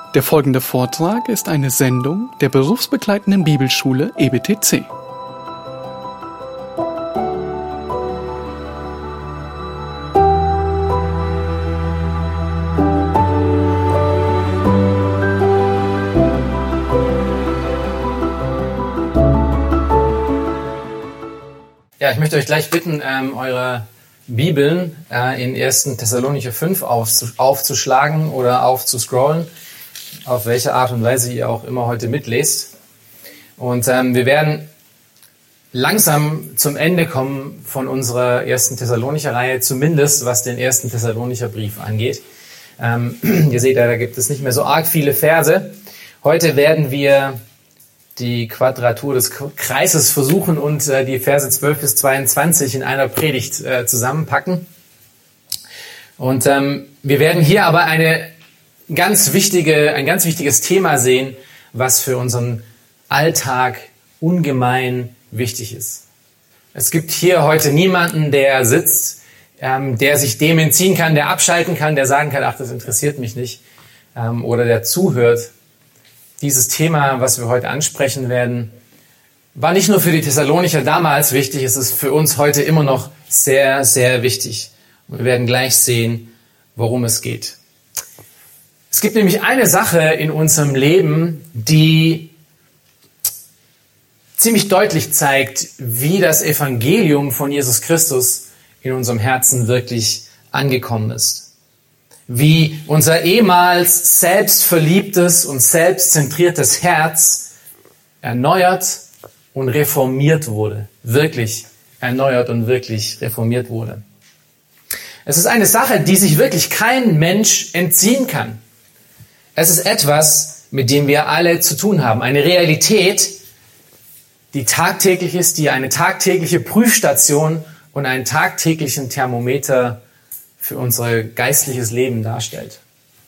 Der folgende Vortrag ist eine Sendung der berufsbegleitenden Bibelschule EBTC. Ja, ich möchte euch gleich bitten, eure Bibeln in 1. Thessalonicher 5 aufzuschlagen oder aufzuscrollen, auf welche Art und Weise ihr auch immer heute mitlest. Und wir werden langsam zum Ende kommen von unserer 1. Thessalonicher Reihe, zumindest was den 1. Thessalonicher Brief angeht. Ihr seht ja, da gibt es nicht mehr so arg viele Verse. Heute werden wir die Quadratur des Kreises versuchen und die Verse 12 bis 22 in einer Predigt zusammenpacken. Und wir werden hier aber ein ganz wichtiges Thema sehen, was für unseren Alltag ungemein wichtig ist. Es gibt hier heute niemanden, der sitzt, der sich dem entziehen kann, der abschalten kann, der sagen kann, ach, das interessiert mich nicht, oder der zuhört. Dieses Thema, was wir heute ansprechen werden, war nicht nur für die Thessalonicher damals wichtig, es ist für uns heute immer noch sehr, sehr wichtig. Und wir werden gleich sehen, worum es geht. Es gibt nämlich eine Sache in unserem Leben, die ziemlich deutlich zeigt, wie das Evangelium von Jesus Christus in unserem Herzen wirklich angekommen ist. Wie unser ehemals selbstverliebtes und selbstzentriertes Herz erneuert und reformiert wurde. Wirklich erneuert und wirklich reformiert wurde. Es ist eine Sache, die sich wirklich kein Mensch entziehen kann. Es ist etwas, mit dem wir alle zu tun haben. Eine Realität, die tagtäglich ist, die eine tagtägliche Prüfstation und einen tagtäglichen Thermometer für unser geistliches Leben darstellt.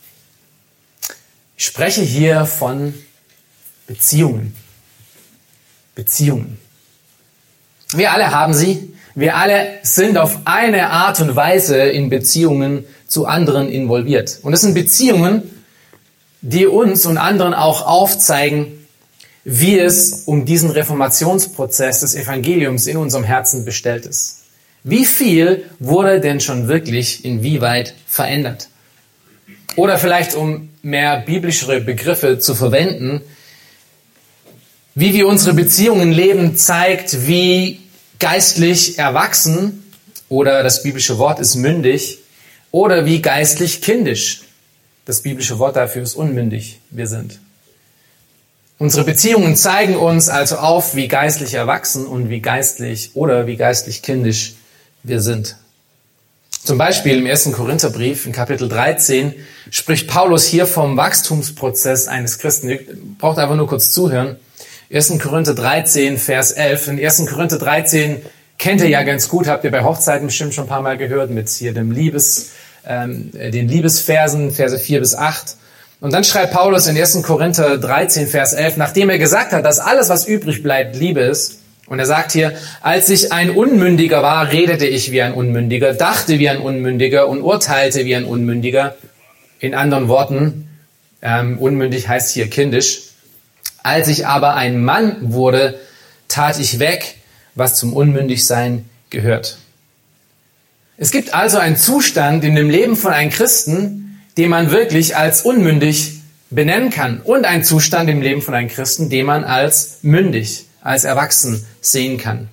Ich spreche hier von Beziehungen. Beziehungen. Wir alle haben sie. Wir alle sind auf eine Art und Weise in Beziehungen zu anderen involviert. Und es sind Beziehungen, die uns und anderen auch aufzeigen, wie es um diesen Reformationsprozess des Evangeliums in unserem Herzen bestellt ist. Wie viel wurde denn schon wirklich inwieweit verändert? Oder vielleicht, um mehr biblischere Begriffe zu verwenden, wie wir unsere Beziehungen leben, zeigt, wie geistlich erwachsen, oder das biblische Wort ist mündig, oder wie geistlich kindisch. Das biblische Wort dafür ist unmündig, wir sind. Unsere Beziehungen zeigen uns also auf, wie geistlich erwachsen und wie geistlich kindisch wir sind. Zum Beispiel im 1. Korintherbrief, in Kapitel 13, spricht Paulus hier vom Wachstumsprozess eines Christen. Ihr braucht einfach nur kurz zuhören. 1. Korinther 13, Vers 11. In 1. Korinther 13 kennt ihr ja ganz gut, habt ihr bei Hochzeiten bestimmt schon ein paar Mal gehört, mit hier den Liebesversen, Verse 4 bis 8. Und dann schreibt Paulus in 1. Korinther 13, Vers 11, nachdem er gesagt hat, dass alles, was übrig bleibt, Liebe ist. Und er sagt hier, als ich ein Unmündiger war, redete ich wie ein Unmündiger, dachte wie ein Unmündiger und urteilte wie ein Unmündiger. In anderen Worten, unmündig heißt hier kindisch. Als ich aber ein Mann wurde, tat ich weg, was zum Unmündigsein gehört. Es gibt also einen Zustand in dem Leben von einem Christen, den man wirklich als unmündig benennen kann. Und einen Zustand im Leben von einem Christen, den man als mündig, als erwachsen sehen kann.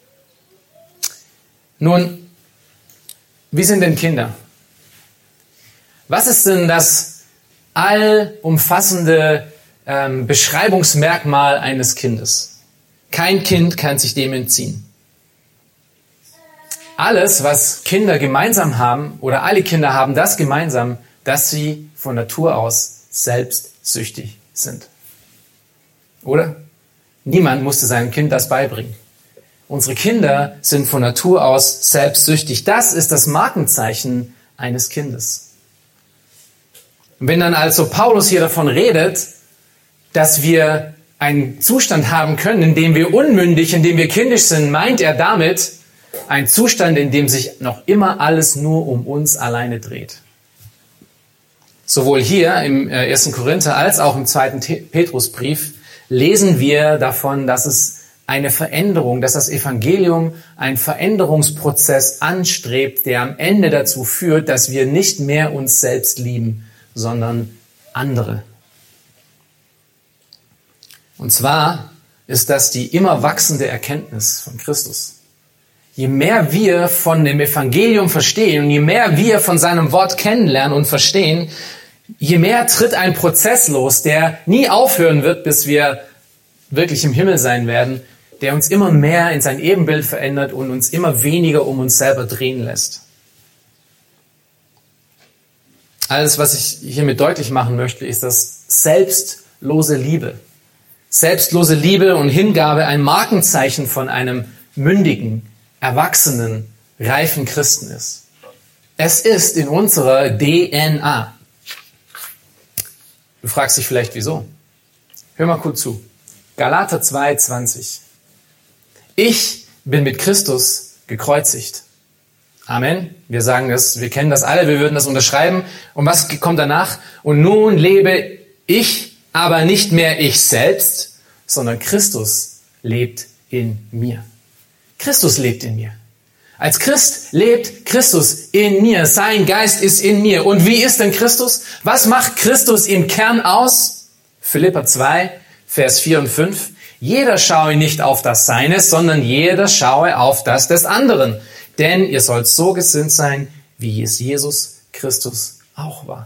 Nun, wie sind denn Kinder? Was ist denn das allumfassende Beschreibungsmerkmal eines Kindes? Kein Kind kann sich dem entziehen. Alles, was Kinder gemeinsam haben, oder alle Kinder haben das gemeinsam, dass sie von Natur aus selbstsüchtig sind. Oder? Niemand musste seinem Kind das beibringen. Unsere Kinder sind von Natur aus selbstsüchtig. Das ist das Markenzeichen eines Kindes. Und wenn dann also Paulus hier davon redet, dass wir einen Zustand haben können, in dem wir unmündig, in dem wir kindisch sind, meint er damit einen Zustand, in dem sich noch immer alles nur um uns alleine dreht. Sowohl hier im 1. Korinther als auch im 2. Petrusbrief lesen wir davon, dass es eine Veränderung, dass das Evangelium einen Veränderungsprozess anstrebt, der am Ende dazu führt, dass wir nicht mehr uns selbst lieben, sondern andere. Und zwar ist das die immer wachsende Erkenntnis von Christus. Je mehr wir von dem Evangelium verstehen und je mehr wir von seinem Wort kennenlernen und verstehen, je mehr tritt ein Prozess los, der nie aufhören wird, bis wir wirklich im Himmel sein werden, der uns immer mehr in sein Ebenbild verändert und uns immer weniger um uns selber drehen lässt. Alles, was ich hiermit deutlich machen möchte, ist, dass selbstlose Liebe und Hingabe ein Markenzeichen von einem mündigen, erwachsenen, reifen Christen ist. Es ist in unserer DNA. Du fragst dich vielleicht, wieso? Hör mal kurz zu. Galater 2,20. Ich bin mit Christus gekreuzigt. Amen. Wir sagen das, wir kennen das alle, wir würden das unterschreiben. Und was kommt danach? Und nun lebe ich, aber nicht mehr ich selbst, sondern Christus lebt in mir. Christus lebt in mir. Als Christ lebt Christus in mir. Sein Geist ist in mir. Und wie ist denn Christus? Was macht Christus im Kern aus? Philipper 2, Vers 4 und 5. Jeder schaue nicht auf das Seine, sondern jeder schaue auf das des anderen. Denn ihr sollt so gesinnt sein, wie es Jesus Christus auch war.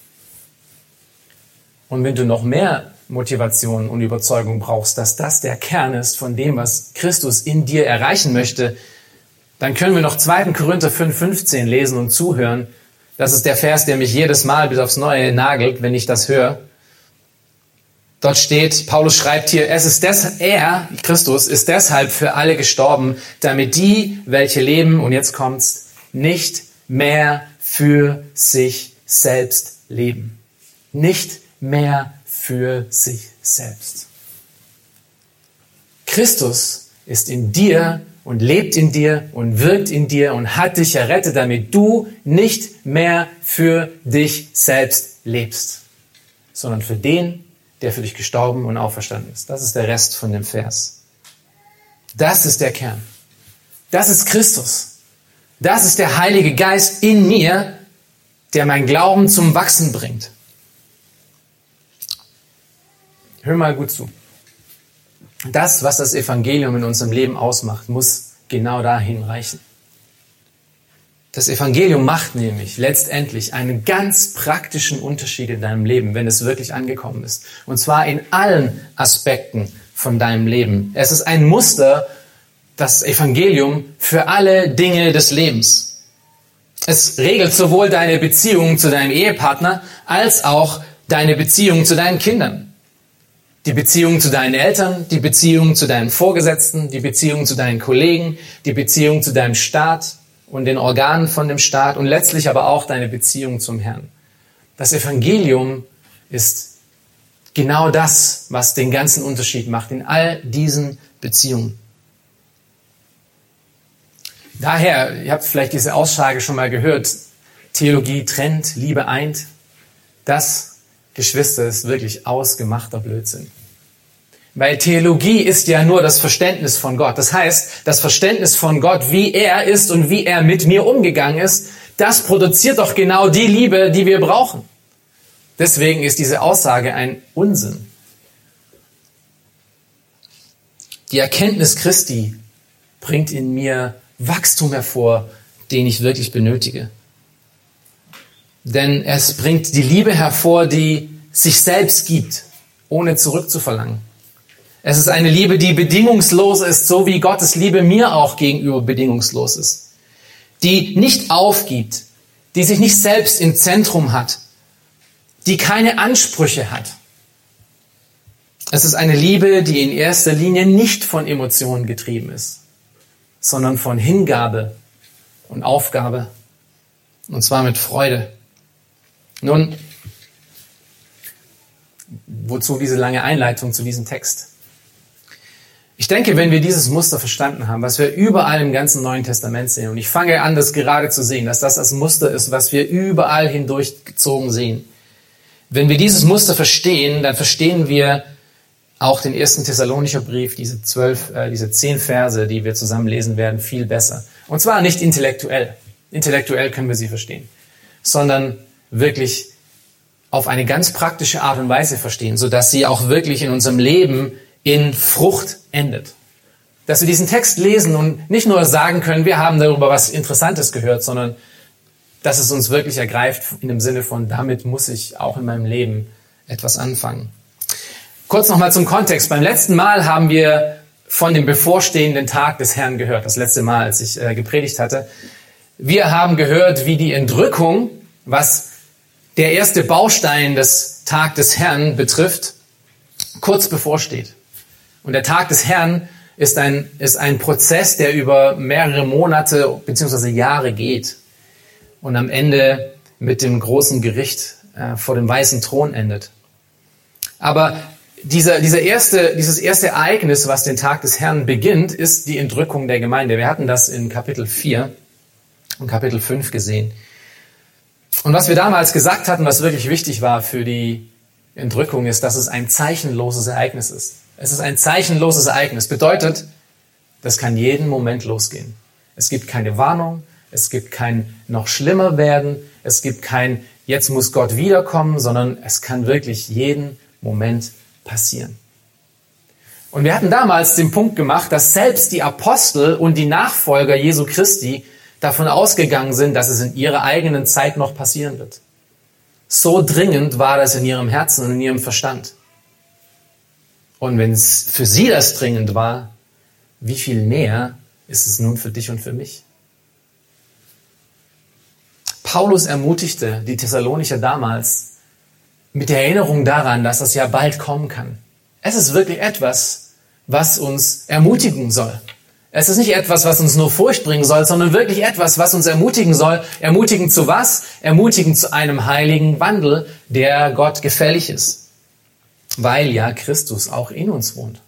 Und wenn du noch mehr Motivation und Überzeugung brauchst, dass das der Kern ist von dem, was Christus in dir erreichen möchte, dann können wir noch 2. Korinther 5,15 lesen und zuhören. Das ist der Vers, der mich jedes Mal bis aufs Neue nagelt, wenn ich das höre. Dort steht, Paulus schreibt hier, Christus, ist deshalb für alle gestorben, damit die, welche leben, und jetzt kommt's, nicht mehr für sich selbst leben. Nicht mehr für sich selbst. Christus ist in dir und lebt in dir und wirkt in dir und hat dich errettet, damit du nicht mehr für dich selbst lebst, sondern für den, der für dich gestorben und auferstanden ist. Das ist der Rest von dem Vers. Das ist der Kern. Das ist Christus. Das ist der Heilige Geist in mir, der mein Glauben zum Wachsen bringt. Hör mal gut zu. Das, was das Evangelium in unserem Leben ausmacht, muss genau dahin reichen. Das Evangelium macht nämlich letztendlich einen ganz praktischen Unterschied in deinem Leben, wenn es wirklich angekommen ist. Und zwar in allen Aspekten von deinem Leben. Es ist ein Muster, das Evangelium, für alle Dinge des Lebens. Es regelt sowohl deine Beziehung zu deinem Ehepartner als auch deine Beziehung zu deinen Kindern. Die Beziehung zu deinen Eltern, die Beziehung zu deinen Vorgesetzten, die Beziehung zu deinen Kollegen, die Beziehung zu deinem Staat und den Organen von dem Staat und letztlich aber auch deine Beziehung zum Herrn. Das Evangelium ist genau das, was den ganzen Unterschied macht in all diesen Beziehungen. Daher, ihr habt vielleicht diese Aussage schon mal gehört, Theologie trennt, Liebe eint. Das, Geschwister, ist wirklich ausgemachter Blödsinn. Weil Theologie ist ja nur das Verständnis von Gott. Das heißt, das Verständnis von Gott, wie er ist und wie er mit mir umgegangen ist, das produziert doch genau die Liebe, die wir brauchen. Deswegen ist diese Aussage ein Unsinn. Die Erkenntnis Christi bringt in mir Wachstum hervor, den ich wirklich benötige. Denn es bringt die Liebe hervor, die sich selbst gibt, ohne zurückzuverlangen. Es ist eine Liebe, die bedingungslos ist, so wie Gottes Liebe mir auch gegenüber bedingungslos ist. Die nicht aufgibt, die sich nicht selbst im Zentrum hat, die keine Ansprüche hat. Es ist eine Liebe, die in erster Linie nicht von Emotionen getrieben ist, sondern von Hingabe und Aufgabe, und zwar mit Freude. Nun, wozu diese lange Einleitung zu diesem Text? Ich denke, wenn wir dieses Muster verstanden haben, was wir überall im ganzen Neuen Testament sehen, und ich fange an, das gerade zu sehen, dass das Muster ist, was wir überall hindurchgezogen sehen, Wenn wir dieses Muster verstehen, dann verstehen wir auch den 1. Thessalonicher Brief, diese 10 Verse, die wir zusammen lesen werden, viel besser. Und zwar nicht intellektuell. Intellektuell können wir sie verstehen, sondern wirklich auf eine ganz praktische Art und Weise verstehen, sodass sie auch wirklich in unserem Leben in Frucht endet. Dass wir diesen Text lesen und nicht nur sagen können, wir haben darüber was Interessantes gehört, sondern dass es uns wirklich ergreift in dem Sinne von, damit muss ich auch in meinem Leben etwas anfangen. Kurz nochmal zum Kontext. Beim letzten Mal haben wir von dem bevorstehenden Tag des Herrn gehört. Das letzte Mal, als ich gepredigt hatte. Wir haben gehört, wie die Entrückung, was der erste Baustein des Tag des Herrn betrifft, kurz bevorsteht. Und der Tag des Herrn ist ein Prozess, der über mehrere Monate bzw. Jahre geht und am Ende mit dem großen Gericht vor dem weißen Thron endet. Aber dieses erste Ereignis, was den Tag des Herrn beginnt, ist die Entrückung der Gemeinde. Wir hatten das in Kapitel 4 und Kapitel 5 gesehen. Und was wir damals gesagt hatten, was wirklich wichtig war für die Entrückung, ist, dass es ein zeichenloses Ereignis ist. Es ist ein zeichenloses Ereignis. Bedeutet, das kann jeden Moment losgehen. Es gibt keine Warnung, es gibt kein noch schlimmer werden, es gibt kein jetzt muss Gott wiederkommen, sondern es kann wirklich jeden Moment passieren. Und wir hatten damals den Punkt gemacht, dass selbst die Apostel und die Nachfolger Jesu Christi davon ausgegangen sind, dass es in ihrer eigenen Zeit noch passieren wird. So dringend war das in ihrem Herzen und in ihrem Verstand. Und wenn es für sie das dringend war, wie viel näher ist es nun für dich und für mich? Paulus ermutigte die Thessalonicher damals mit der Erinnerung daran, dass das ja bald kommen kann. Es ist wirklich etwas, was uns ermutigen soll. Es ist nicht etwas, was uns nur Furcht bringen soll, sondern wirklich etwas, was uns ermutigen soll. Ermutigen zu was? Ermutigen zu einem heiligen Wandel, der Gott gefällig ist. Weil ja Christus auch in uns wohnt.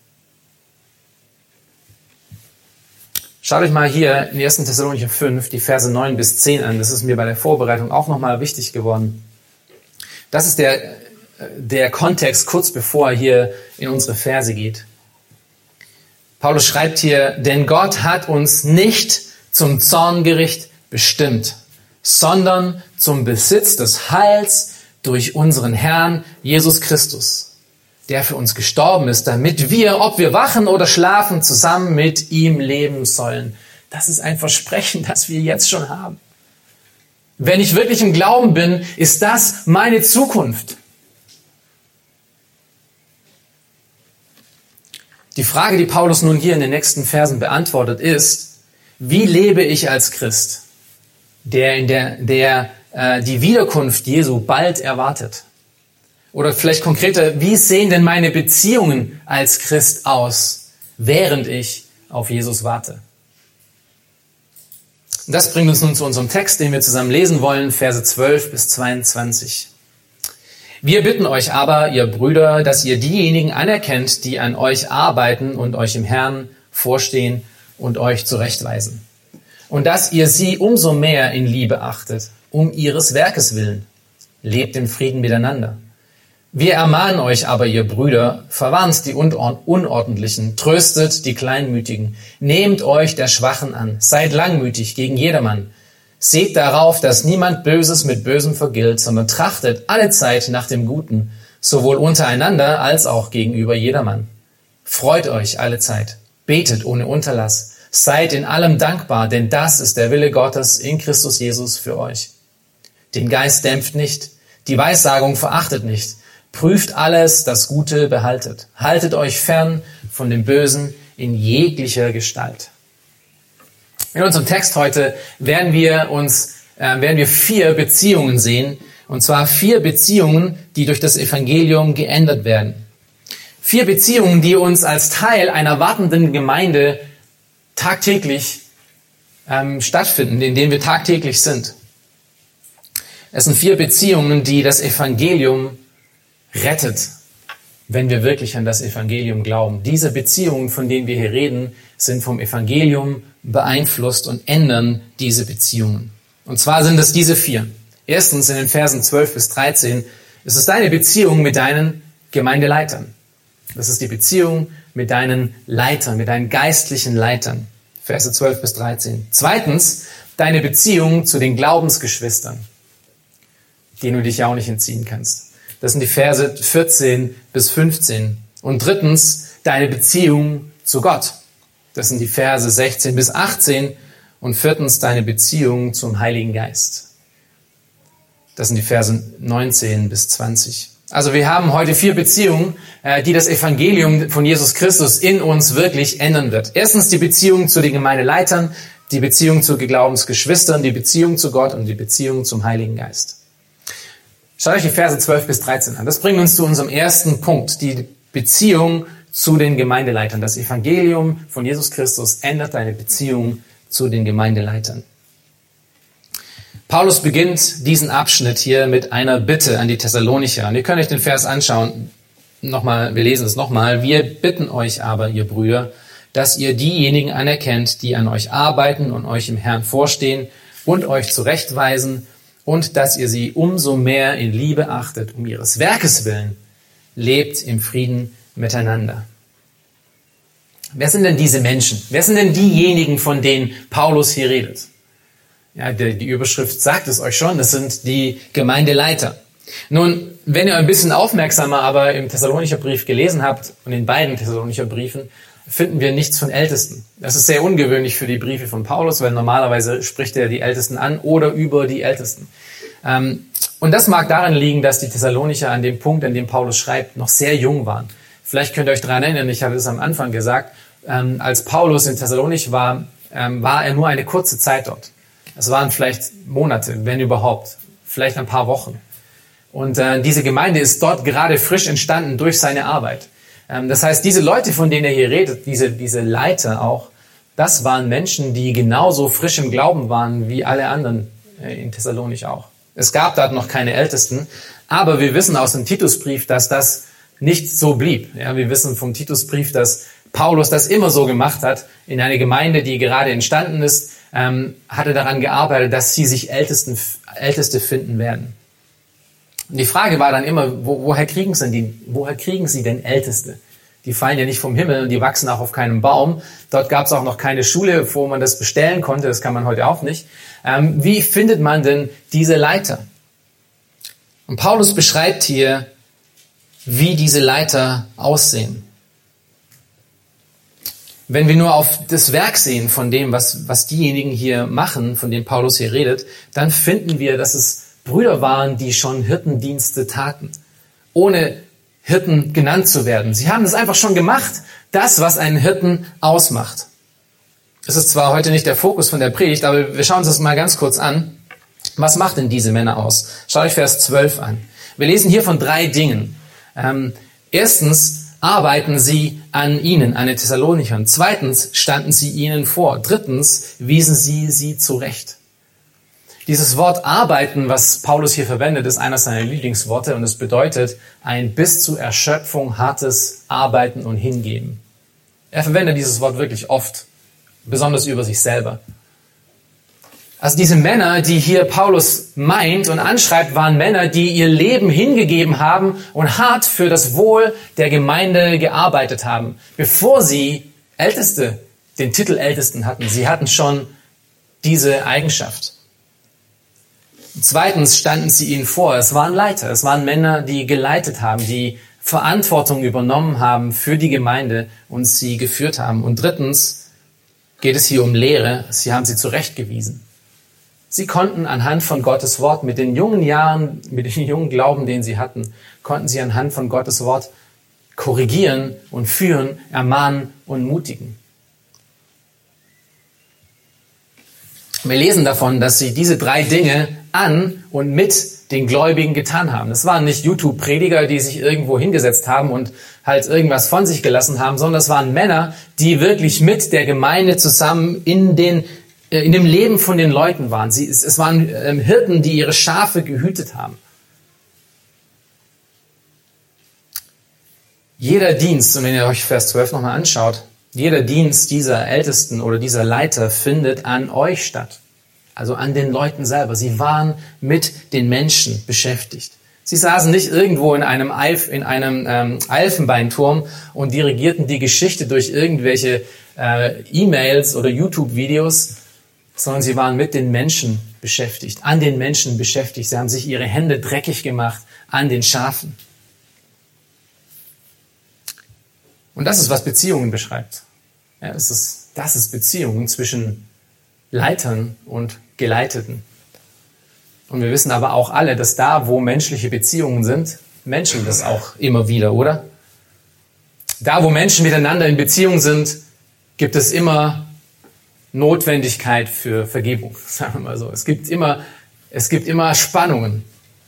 Schaut euch mal hier in 1. Thessalonicher 5 die Verse 9 bis 10 an. Das ist mir bei der Vorbereitung auch nochmal wichtig geworden. Das ist der Kontext, kurz bevor er hier in unsere Verse geht. Paulus schreibt hier, denn Gott hat uns nicht zum Zorngericht bestimmt, sondern zum Besitz des Heils durch unseren Herrn Jesus Christus, der für uns gestorben ist, damit wir, ob wir wachen oder schlafen, zusammen mit ihm leben sollen. Das ist ein Versprechen, das wir jetzt schon haben. Wenn ich wirklich im Glauben bin, ist das meine Zukunft. Die Frage, die Paulus nun hier in den nächsten Versen beantwortet, ist, wie lebe ich als Christ, der die Wiederkunft Jesu bald erwartet? Oder vielleicht konkreter, wie sehen denn meine Beziehungen als Christ aus, während ich auf Jesus warte? Und das bringt uns nun zu unserem Text, den wir zusammen lesen wollen, Verse 12 bis 22. Wir bitten euch aber, ihr Brüder, dass ihr diejenigen anerkennt, die an euch arbeiten und euch im Herrn vorstehen und euch zurechtweisen. Und dass ihr sie umso mehr in Liebe achtet, um ihres Werkes willen. Lebt in Frieden miteinander. Wir ermahnen euch aber, ihr Brüder, verwarnt die Unordentlichen, tröstet die Kleinmütigen, nehmt euch der Schwachen an, seid langmütig gegen jedermann. Seht darauf, dass niemand Böses mit Bösem vergilt, sondern trachtet allezeit nach dem Guten, sowohl untereinander als auch gegenüber jedermann. Freut euch allezeit, betet ohne Unterlass, seid in allem dankbar, denn das ist der Wille Gottes in Christus Jesus für euch. Den Geist dämpft nicht, die Weissagung verachtet nicht, prüft alles, das Gute behaltet. Haltet euch fern von dem Bösen in jeglicher Gestalt. In unserem Text heute werden wir 4 Beziehungen sehen, und zwar 4 Beziehungen, die durch das Evangelium geändert werden. 4 Beziehungen, die uns als Teil einer wartenden Gemeinde tagtäglich stattfinden, in denen wir tagtäglich sind. Es sind 4 Beziehungen, die das Evangelium rettet, wenn wir wirklich an das Evangelium glauben. Diese Beziehungen, von denen wir hier reden, sind vom Evangelium beeinflusst und ändern diese Beziehungen. Und zwar sind es diese 4. Erstens in den Versen 12 bis 13 Es ist deine Beziehung mit deinen Gemeindeleitern. Das ist die Beziehung mit deinen Leitern, mit deinen geistlichen Leitern. Verse 12 bis 13. Zweitens, deine Beziehung zu den Glaubensgeschwistern, denen du dich ja auch nicht entziehen kannst. Das sind die Verse 14 bis 15. Und drittens, deine Beziehung zu Gott. Das sind die Verse 16 bis 18. Und viertens, deine Beziehung zum Heiligen Geist. Das sind die Verse 19 bis 20. Also wir haben heute 4 Beziehungen, die das Evangelium von Jesus Christus in uns wirklich ändern wird. Erstens die Beziehung zu den Gemeindeleitern, die Beziehung zu Glaubensgeschwistern, die Beziehung zu Gott und die Beziehung zum Heiligen Geist. Schaut euch die Verse 12 bis 13 an. Das bringt uns zu unserem ersten Punkt, die Beziehung zu den Gemeindeleitern. Das Evangelium von Jesus Christus ändert deine Beziehung zu den Gemeindeleitern. Paulus beginnt diesen Abschnitt hier mit einer Bitte an die Thessalonicher. Und ihr könnt euch den Vers anschauen. Nochmal, wir lesen es nochmal. Wir bitten euch aber, ihr Brüder, dass ihr diejenigen anerkennt, die an euch arbeiten und euch im Herrn vorstehen und euch zurechtweisen und dass ihr sie umso mehr in Liebe achtet, um ihres Werkes willen, lebt im Frieden miteinander. Wer sind denn diese Menschen? Wer sind denn diejenigen, von denen Paulus hier redet? Ja, die Überschrift sagt es euch schon, das sind die Gemeindeleiter. Nun, wenn ihr ein bisschen aufmerksamer aber im Thessalonicher Brief gelesen habt und in beiden Thessalonicher Briefen, finden wir nichts von Ältesten. Das ist sehr ungewöhnlich für die Briefe von Paulus, weil normalerweise spricht er die Ältesten an oder über die Ältesten. Und das mag daran liegen, dass die Thessalonicher an dem Punkt, an dem Paulus schreibt, noch sehr jung waren. Vielleicht könnt ihr euch daran erinnern, ich hatte es am Anfang gesagt, als Paulus in Thessalonich war, war er nur eine kurze Zeit dort. Es waren vielleicht Monate, wenn überhaupt, vielleicht ein paar Wochen. Und diese Gemeinde ist dort gerade frisch entstanden durch seine Arbeit. Das heißt, diese Leute, von denen er hier redet, diese Leiter auch, das waren Menschen, die genauso frisch im Glauben waren wie alle anderen in Thessalonich auch. Es gab dort noch keine Ältesten, aber wir wissen aus dem Titusbrief, dass das nicht so blieb. Ja, wir wissen vom Titusbrief, dass Paulus das immer so gemacht hat. In einer Gemeinde, die gerade entstanden ist, hat er daran gearbeitet, dass sie sich Älteste finden werden. Und die Frage war dann immer, woher kriegen sie denn Älteste? Die fallen ja nicht vom Himmel und die wachsen auch auf keinem Baum. Dort gab es auch noch keine Schule, wo man das bestellen konnte. Das kann man heute auch nicht. Wie findet man denn diese Leiter? Und Paulus beschreibt hier, wie diese Leiter aussehen. Wenn wir nur auf das Werk sehen von dem, was diejenigen hier machen, von dem Paulus hier redet, dann finden wir, dass es Brüder waren, die schon Hirtendienste taten, ohne Hirten genannt zu werden. Sie haben es einfach schon gemacht, das, was einen Hirten ausmacht. Es ist zwar heute nicht der Fokus von der Predigt, aber wir schauen uns das mal ganz kurz an. Was macht denn diese Männer aus? Schaut euch Vers 12 an. Wir lesen hier von 3 Dingen. Erstens arbeiten sie an ihnen, an den Thessalonichern. Zweitens standen sie ihnen vor. Drittens wiesen sie zurecht. Dieses Wort arbeiten, was Paulus hier verwendet, ist eines seiner Lieblingsworte und es bedeutet ein bis zur Erschöpfung hartes Arbeiten und Hingeben. Er verwendet dieses Wort wirklich oft, besonders über sich selber. Also diese Männer, die hier Paulus meint und anschreibt, waren Männer, die ihr Leben hingegeben haben und hart für das Wohl der Gemeinde gearbeitet haben, bevor sie Älteste, den Titel Ältesten hatten. Sie hatten schon diese Eigenschaft. Zweitens standen sie ihnen vor. Es waren Leiter, es waren Männer, die geleitet haben, die Verantwortung übernommen haben für die Gemeinde und sie geführt haben. Und drittens geht es hier um Lehre. Sie haben sie zurechtgewiesen. Sie konnten anhand von Gottes Wort mit den jungen Jahren, mit dem jungen Glauben, den sie hatten, konnten sie anhand von Gottes Wort korrigieren und führen, ermahnen und mutigen. Wir lesen davon, dass sie diese 3 Dinge an und mit den Gläubigen getan haben. Das waren nicht YouTube-Prediger, die sich irgendwo hingesetzt haben und halt irgendwas von sich gelassen haben, sondern das waren Männer, die wirklich mit der Gemeinde zusammen in dem Leben von den Leuten waren. Es waren Hirten, die ihre Schafe gehütet haben. Jeder Dienst, und wenn ihr euch Vers 12 nochmal anschaut, jeder Dienst dieser Ältesten oder dieser Leiter findet an euch statt. Also an den Leuten selber. Sie waren mit den Menschen beschäftigt. Sie saßen nicht irgendwo in einem Elfenbeinturm und dirigierten die Geschichte durch irgendwelche E-Mails oder YouTube-Videos, sondern sie waren mit den Menschen beschäftigt, an den Menschen beschäftigt. Sie haben sich ihre Hände dreckig gemacht an den Schafen. Und das ist, was Beziehungen beschreibt. Ja, das ist Beziehungen zwischen Leitern und Geleiteten. Und wir wissen aber auch alle, dass da, wo menschliche Beziehungen sind, Menschen das auch immer wieder, oder? Da, wo Menschen miteinander in Beziehung sind, gibt es immer Notwendigkeit für Vergebung, sagen wir mal so. Es gibt immer Spannungen.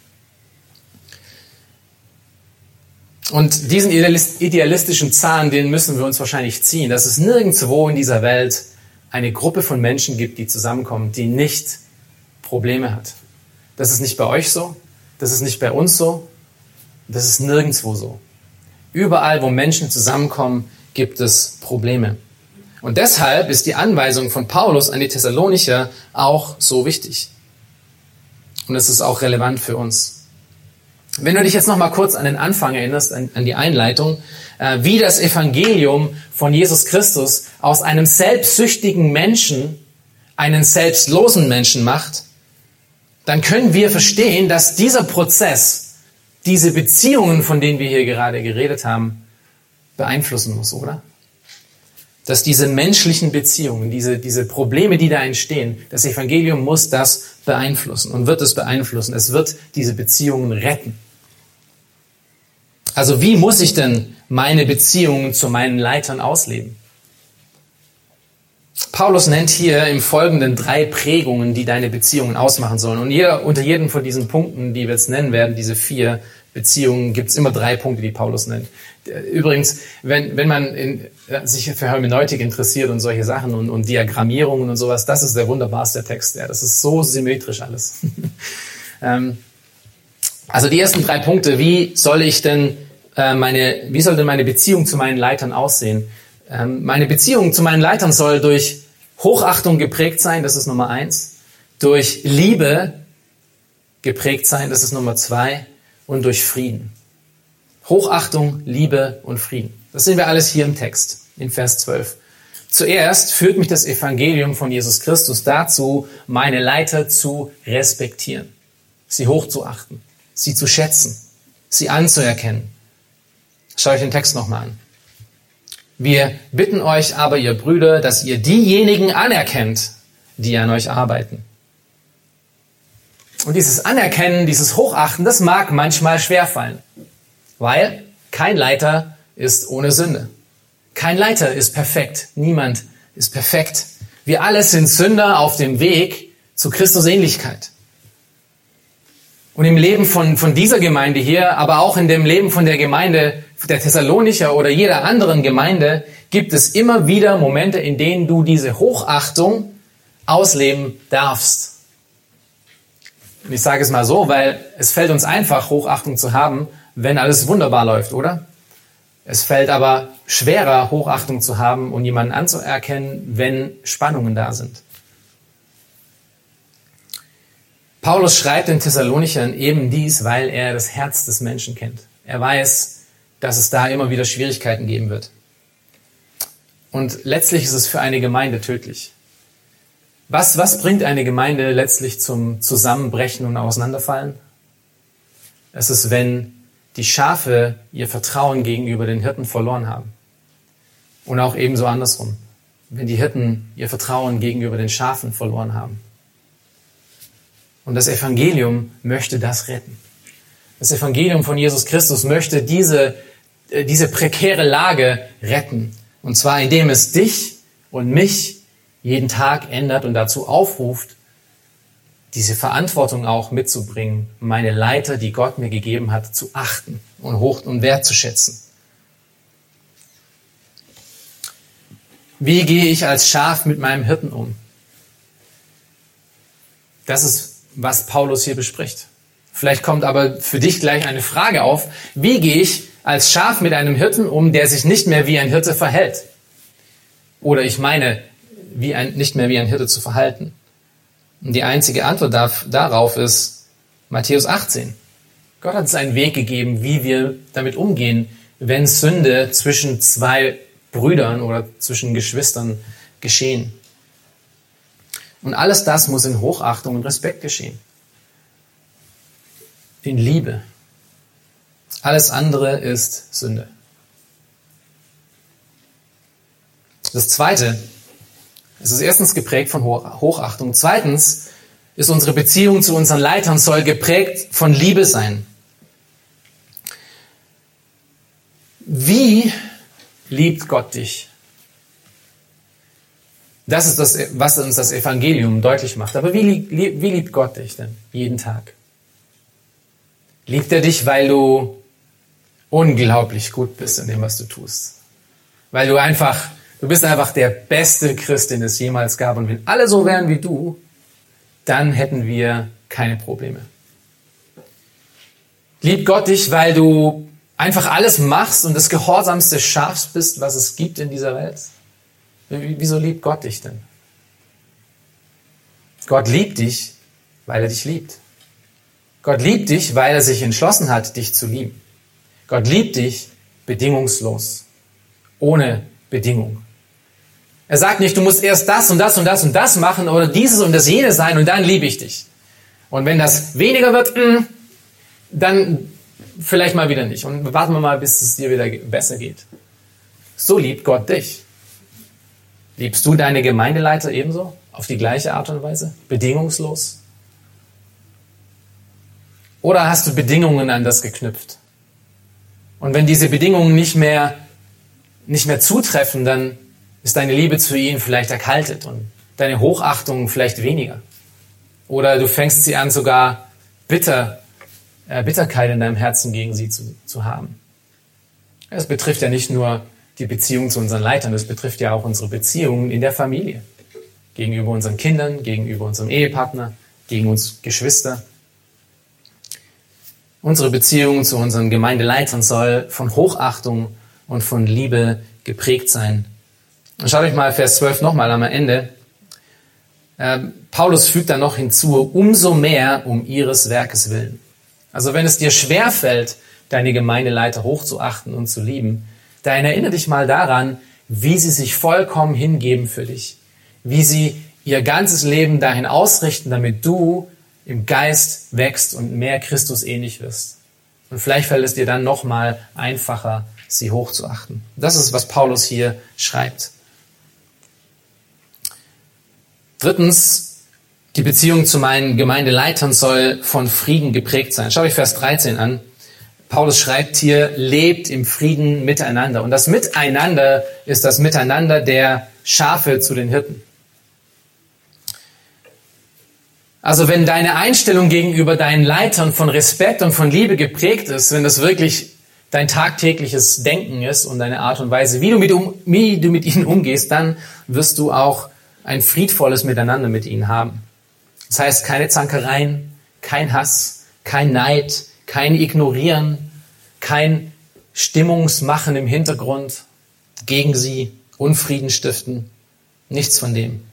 Und diesen idealistischen Zahn, den müssen wir uns wahrscheinlich ziehen, dass es nirgendwo in dieser Welt eine Gruppe von Menschen gibt, die zusammenkommen, die nicht Probleme hat. Das ist nicht bei euch so, das ist nicht bei uns so, das ist nirgendwo so. Überall, wo Menschen zusammenkommen, gibt es Probleme. Und deshalb ist die Anweisung von Paulus an die Thessalonicher auch so wichtig. Und es ist auch relevant für uns. Wenn du dich jetzt noch mal kurz an den Anfang erinnerst, an die Einleitung, wie das Evangelium von Jesus Christus aus einem selbstsüchtigen Menschen einen selbstlosen Menschen macht, dann können wir verstehen, dass dieser Prozess, diese Beziehungen, von denen wir hier gerade geredet haben, beeinflussen muss, oder? Dass diese menschlichen Beziehungen, diese Probleme, die da entstehen, das Evangelium muss das beeinflussen und wird es beeinflussen. Es wird diese Beziehungen retten. Also wie muss ich denn meine Beziehungen zu meinen Leitern ausleben? Paulus nennt hier im Folgenden 3 Prägungen, die deine Beziehungen ausmachen sollen. Und unter jedem von diesen Punkten, die wir jetzt nennen werden, diese 4 Beziehungen, gibt es immer 3 Punkte, die Paulus nennt. Übrigens, wenn man sich für Hermeneutik interessiert und solche Sachen und Diagrammierungen und sowas, das ist der wunderbarste Text. Ja, das ist so symmetrisch alles. Also die ersten 3 Punkte, wie soll denn meine Beziehung zu meinen Leitern aussehen? Meine Beziehung zu meinen Leitern soll durch Hochachtung geprägt sein, das ist Nummer 1, durch Liebe geprägt sein, das ist Nummer 2, und durch Frieden. Hochachtung, Liebe und Frieden. Das sehen wir alles hier im Text, in Vers 12. Zuerst führt mich das Evangelium von Jesus Christus dazu, meine Leiter zu respektieren, sie hochzuachten, sie zu schätzen, sie anzuerkennen. Schaut euch den Text nochmal an. Wir bitten euch aber, ihr Brüder, dass ihr diejenigen anerkennt, die an euch arbeiten. Und dieses Anerkennen, dieses Hochachten, das mag manchmal schwerfallen, weil kein Leiter ist ohne Sünde. Kein Leiter ist perfekt. Niemand ist perfekt. Wir alle sind Sünder auf dem Weg zu Christus Ähnlichkeit. Und im Leben von dieser Gemeinde hier, aber auch in dem Leben von der Gemeinde der Thessalonicher oder jeder anderen Gemeinde, gibt es immer wieder Momente, in denen du diese Hochachtung ausleben darfst. Und ich sage es mal so, weil es fällt uns einfach, Hochachtung zu haben, wenn alles wunderbar läuft, oder? Es fällt aber schwerer, Hochachtung zu haben und jemanden anzuerkennen, wenn Spannungen da sind. Paulus schreibt den Thessalonichern eben dies, weil er das Herz des Menschen kennt. Er weiß, dass es da immer wieder Schwierigkeiten geben wird. Und letztlich ist es für eine Gemeinde tödlich. Was bringt eine Gemeinde letztlich zum Zusammenbrechen und Auseinanderfallen? Es ist, wenn die Schafe ihr Vertrauen gegenüber den Hirten verloren haben. Und auch ebenso andersrum. Wenn die Hirten ihr Vertrauen gegenüber den Schafen verloren haben. Und das Evangelium möchte das retten. Das Evangelium von Jesus Christus möchte diese prekäre Lage retten. Und zwar, indem es dich und mich jeden Tag ändert und dazu aufruft, diese Verantwortung auch mitzubringen, meine Leiter, die Gott mir gegeben hat, zu achten und hoch und wertzuschätzen. Wie gehe ich als Schaf mit meinem Hirten um? Das ist, was Paulus hier bespricht. Vielleicht kommt aber für dich gleich eine Frage auf. Wie gehe ich als Schaf mit einem Hirten um, der sich nicht mehr wie ein Hirte verhält? Oder ich meine, nicht mehr wie ein Hirte zu verhalten. Und die einzige Antwort darauf ist Matthäus 18. Gott hat uns einen Weg gegeben, wie wir damit umgehen, wenn Sünde zwischen zwei Brüdern oder zwischen Geschwistern geschehen. Und alles das muss in Hochachtung und Respekt geschehen. In Liebe. Alles andere ist Sünde. Das Zweite, es ist erstens geprägt von Hochachtung. Zweitens ist unsere Beziehung zu unseren Leitern soll geprägt von Liebe sein. Wie liebt Gott dich? Das ist das, was uns das Evangelium deutlich macht. Aber wie liebt Gott dich denn jeden Tag? Liebt er dich, weil du unglaublich gut bist in dem, was du tust? Weil du bist einfach der beste Christ, den es jemals gab. Und wenn alle so wären wie du, dann hätten wir keine Probleme. Liebt Gott dich, weil du einfach alles machst und das gehorsamste Schaf bist, was es gibt in dieser Welt? Wieso liebt Gott dich denn? Gott liebt dich, weil er dich liebt. Gott liebt dich, weil er sich entschlossen hat, dich zu lieben. Gott liebt dich bedingungslos, ohne Bedingung. Er sagt nicht, du musst erst das und das und das und das machen oder dieses und das jene sein und dann liebe ich dich. Und wenn das weniger wird, dann vielleicht mal wieder nicht. Und warten wir mal, bis es dir wieder besser geht. So liebt Gott dich. Liebst du deine Gemeindeleiter ebenso? Auf die gleiche Art und Weise? Bedingungslos? Oder hast du Bedingungen an das geknüpft? Und wenn diese Bedingungen nicht mehr zutreffen, dann ist deine Liebe zu ihnen vielleicht erkaltet und deine Hochachtung vielleicht weniger. Oder du fängst sie an, sogar Bitterkeit in deinem Herzen gegen sie zu haben. Es betrifft ja nicht nur die Beziehung zu unseren Leitern, das betrifft ja auch unsere Beziehungen in der Familie. Gegenüber unseren Kindern, gegenüber unserem Ehepartner, gegen uns Geschwister. Unsere Beziehung zu unseren Gemeindeleitern soll von Hochachtung und von Liebe geprägt sein. Und schaut euch mal Vers 12 nochmal am Ende. Paulus fügt da noch hinzu, umso mehr um ihres Werkes willen. Also wenn es dir schwerfällt, deine Gemeindeleiter hochzuachten und zu lieben, dann erinnere dich mal daran, wie sie sich vollkommen hingeben für dich. Wie sie ihr ganzes Leben dahin ausrichten, damit du im Geist wächst und mehr Christus ähnlich wirst. Und vielleicht fällt es dir dann nochmal einfacher, sie hochzuachten. Das ist, was Paulus hier schreibt. Drittens, die Beziehung zu meinen Gemeindeleitern soll von Frieden geprägt sein. Schau euch Vers 13 an. Paulus schreibt hier, lebt im Frieden miteinander. Und das Miteinander ist das Miteinander der Schafe zu den Hirten. Also wenn deine Einstellung gegenüber deinen Leitern von Respekt und von Liebe geprägt ist, wenn das wirklich dein tagtägliches Denken ist und deine Art und Weise, wie du mit ihnen umgehst, dann wirst du auch ein friedvolles Miteinander mit ihnen haben. Das heißt, keine Zankereien, kein Hass, kein Neid, kein Ignorieren, kein Stimmungsmachen im Hintergrund gegen sie, Unfrieden stiften, nichts von dem.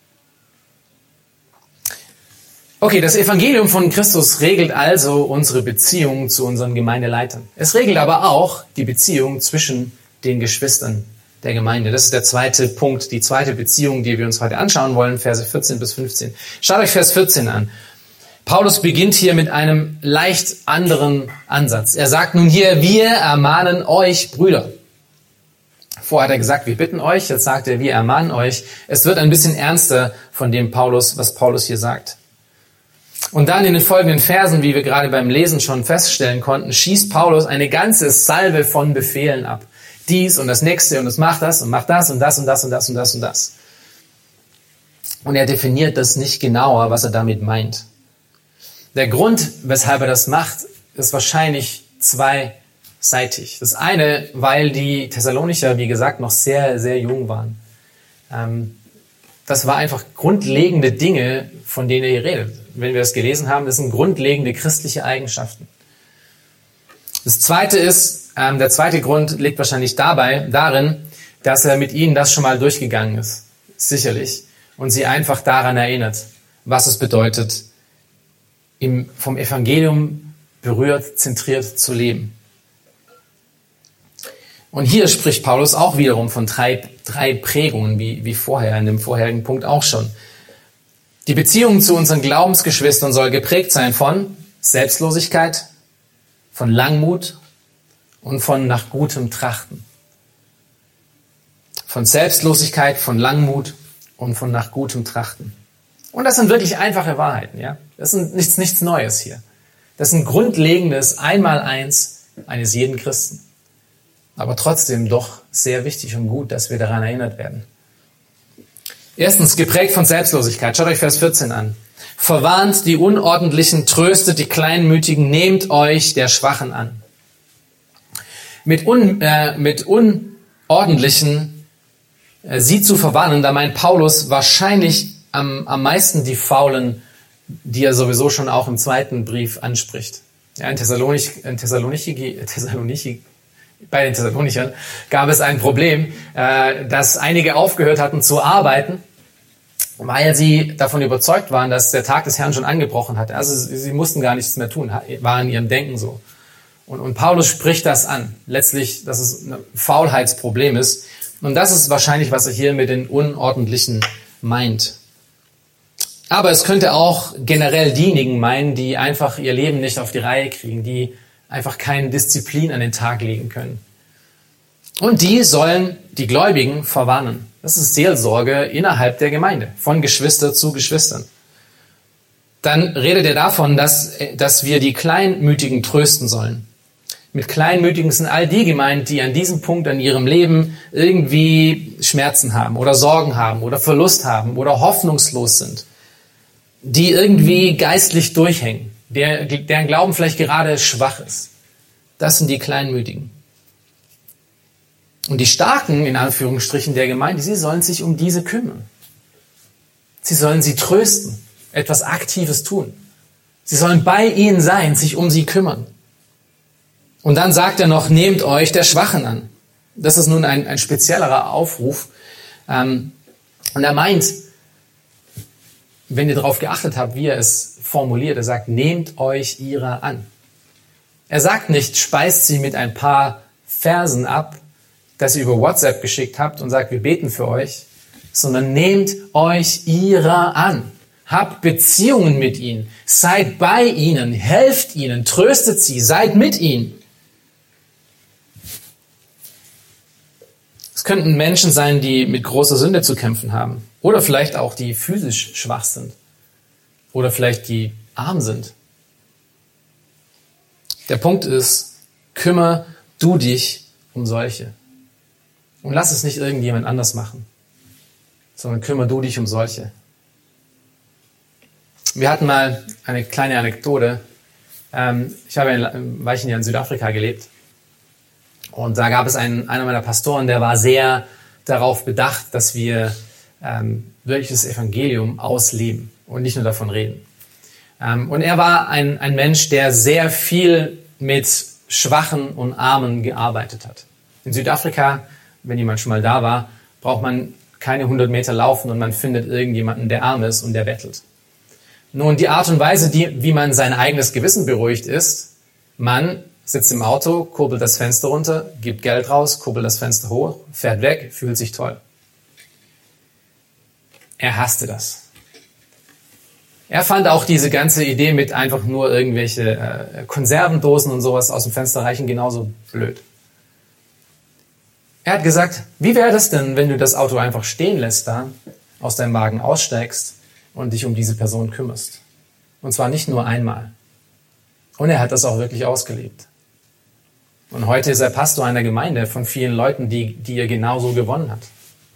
Okay, das Evangelium von Christus regelt also unsere Beziehung zu unseren Gemeindeleitern. Es regelt aber auch die Beziehung zwischen den Geschwistern der Gemeinde. Das ist der zweite Punkt, die zweite Beziehung, die wir uns heute anschauen wollen, Verse 14 bis 15. Schaut euch Vers 14 an. Paulus beginnt hier mit einem leicht anderen Ansatz. Er sagt nun hier, wir ermahnen euch, Brüder. Vorher hat er gesagt, wir bitten euch, jetzt sagt er, wir ermahnen euch. Es wird ein bisschen ernster von dem was Paulus hier sagt. Und dann in den folgenden Versen, wie wir gerade beim Lesen schon feststellen konnten, schießt Paulus eine ganze Salve von Befehlen ab. Dies und das nächste und es macht das und macht das und das und das und das und das und das. Und er definiert das nicht genauer, was er damit meint. Der Grund, weshalb er das macht, ist wahrscheinlich zweiseitig. Das eine, weil die Thessalonicher, wie gesagt, noch sehr, sehr jung waren. Das war einfach grundlegende Dinge, von denen er hier redet. Wenn wir das gelesen haben, das sind grundlegende christliche Eigenschaften. Das zweite ist, der zweite Grund liegt wahrscheinlich darin, dass er mit ihnen das schon mal durchgegangen ist. Sicherlich. Und sie einfach daran erinnert, was es bedeutet, vom Evangelium berührt, zentriert zu leben. Und hier spricht Paulus auch wiederum von drei Prägungen, wie vorher, in dem vorherigen Punkt auch schon. Die Beziehung zu unseren Glaubensgeschwistern soll geprägt sein von Selbstlosigkeit, von Langmut und von nach gutem Trachten. Von Selbstlosigkeit, von Langmut und von nach gutem Trachten. Und das sind wirklich einfache Wahrheiten, ja. Das ist nichts Neues hier. Das ist ein grundlegendes Einmaleins eines jeden Christen. Aber trotzdem doch sehr wichtig und gut, dass wir daran erinnert werden. Erstens, geprägt von Selbstlosigkeit. Schaut euch Vers 14 an. Verwarnt die Unordentlichen, tröstet die Kleinmütigen, nehmt euch der Schwachen an. Mit Unordentlichen sie zu verwarnen, da meint Paulus wahrscheinlich am meisten die Faulen, die er sowieso schon auch im zweiten Brief anspricht. Ja, bei den Thessalonichern gab es ein Problem, dass einige aufgehört hatten zu arbeiten, weil sie davon überzeugt waren, dass der Tag des Herrn schon angebrochen hatte. Also sie mussten gar nichts mehr tun, war in ihrem Denken so. Und Paulus spricht das an, letztlich, dass es ein Faulheitsproblem ist. Und das ist wahrscheinlich, was er hier mit den Unordentlichen meint. Aber es könnte auch generell diejenigen meinen, die einfach ihr Leben nicht auf die Reihe kriegen, die einfach keine Disziplin an den Tag legen können. Und die sollen die Gläubigen verwarnen. Das ist Seelsorge innerhalb der Gemeinde, von Geschwister zu Geschwistern. Dann redet er davon, dass wir die Kleinmütigen trösten sollen. Mit Kleinmütigen sind all die gemeint, die an diesem Punkt in ihrem Leben irgendwie Schmerzen haben oder Sorgen haben oder Verlust haben oder hoffnungslos sind, die irgendwie geistlich durchhängen, deren Glauben vielleicht gerade schwach ist. Das sind die Kleinmütigen. Und die Starken, in Anführungsstrichen, der Gemeinde, sie sollen sich um diese kümmern. Sie sollen sie trösten, etwas Aktives tun. Sie sollen bei ihnen sein, sich um sie kümmern. Und dann sagt er noch, nehmt euch der Schwachen an. Das ist nun ein speziellerer Aufruf. Und er meint, wenn ihr darauf geachtet habt, wie er es formuliert, er sagt, nehmt euch ihrer an. Er sagt nicht, speist sie mit ein paar Versen ab, das ihr über WhatsApp geschickt habt und sagt, wir beten für euch, sondern nehmt euch ihrer an. Habt Beziehungen mit ihnen, seid bei ihnen, helft ihnen, tröstet sie, seid mit ihnen. Es könnten Menschen sein, die mit großer Sünde zu kämpfen haben. Oder vielleicht auch die physisch schwach sind. Oder vielleicht die arm sind. Der Punkt ist, kümmere du dich um solche. Und lass es nicht irgendjemand anders machen, sondern kümmere du dich um solche. Wir hatten mal eine kleine Anekdote. Ich habe ein Weilchen in Südafrika gelebt. Und da gab es einer meiner Pastoren, der war sehr darauf bedacht, dass wir wirklich das Evangelium ausleben und nicht nur davon reden. Und er war ein Mensch, der sehr viel mit Schwachen und Armen gearbeitet hat. In Südafrika, wenn jemand schon mal da war, braucht man keine 100 Meter laufen und man findet irgendjemanden, der arm ist und der bettelt. Nun, die Art und Weise, wie man sein eigenes Gewissen beruhigt, ist, man sitzt im Auto, kurbelt das Fenster runter, gibt Geld raus, kurbelt das Fenster hoch, fährt weg, fühlt sich toll. Er hasste das. Er fand auch diese ganze Idee mit einfach nur irgendwelche Konservendosen und sowas aus dem Fenster reichen genauso blöd. Er hat gesagt, wie wäre das denn, wenn du das Auto einfach stehen lässt da, aus deinem Wagen aussteigst und dich um diese Person kümmerst. Und zwar nicht nur einmal. Und er hat das auch wirklich ausgelebt. Und heute ist er Pastor einer Gemeinde von vielen Leuten, die er genauso gewonnen hat.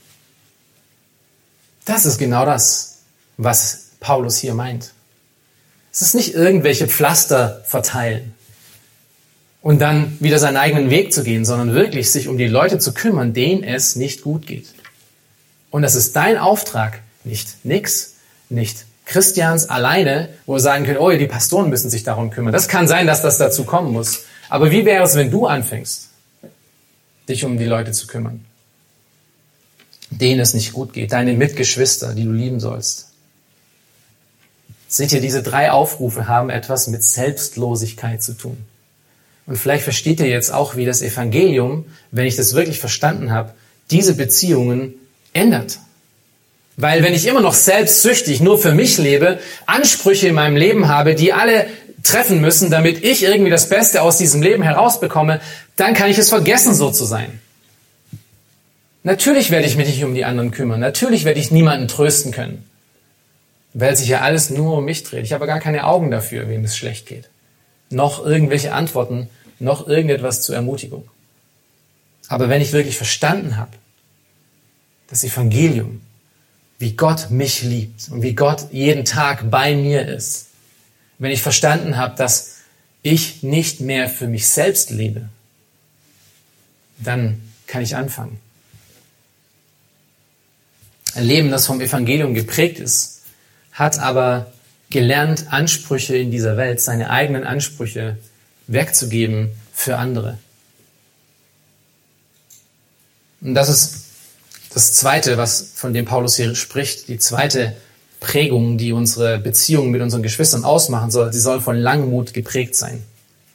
Das ist genau das, was Paulus hier meint. Es ist nicht irgendwelche Pflaster verteilen und dann wieder seinen eigenen Weg zu gehen, sondern wirklich sich um die Leute zu kümmern, denen es nicht gut geht. Und das ist dein Auftrag, nicht nix, nicht Christians alleine, wo wir sagen können, oh, die Pastoren müssen sich darum kümmern. Das kann sein, dass das dazu kommen muss. Aber wie wäre es, wenn du anfängst, dich um die Leute zu kümmern, denen es nicht gut geht, deine Mitgeschwister, die du lieben sollst? Seht ihr, diese 3 Aufrufe haben etwas mit Selbstlosigkeit zu tun. Und vielleicht versteht ihr jetzt auch, wie das Evangelium, wenn ich das wirklich verstanden habe, diese Beziehungen ändert. Weil wenn ich immer noch selbstsüchtig nur für mich lebe, Ansprüche in meinem Leben habe, die alle treffen müssen, damit ich irgendwie das Beste aus diesem Leben herausbekomme, dann kann ich es vergessen, so zu sein. Natürlich werde ich mich nicht um die anderen kümmern. Natürlich werde ich niemanden trösten können. Weil sich ja alles nur um mich dreht. Ich habe gar keine Augen dafür, wem es schlecht geht. Noch irgendwelche Antworten, noch irgendetwas zur Ermutigung. Aber wenn ich wirklich verstanden habe, das Evangelium, wie Gott mich liebt und wie Gott jeden Tag bei mir ist, wenn ich verstanden habe, dass ich nicht mehr für mich selbst lebe, dann kann ich anfangen. Ein Leben, das vom Evangelium geprägt ist, hat aber gelernt, Ansprüche in dieser Welt, seine eigenen Ansprüche wegzugeben für andere. Und das ist das Zweite, von dem Paulus hier spricht, die zweite Prägung, die unsere Beziehungen mit unseren Geschwistern ausmachen soll. Sie soll von Langmut geprägt sein.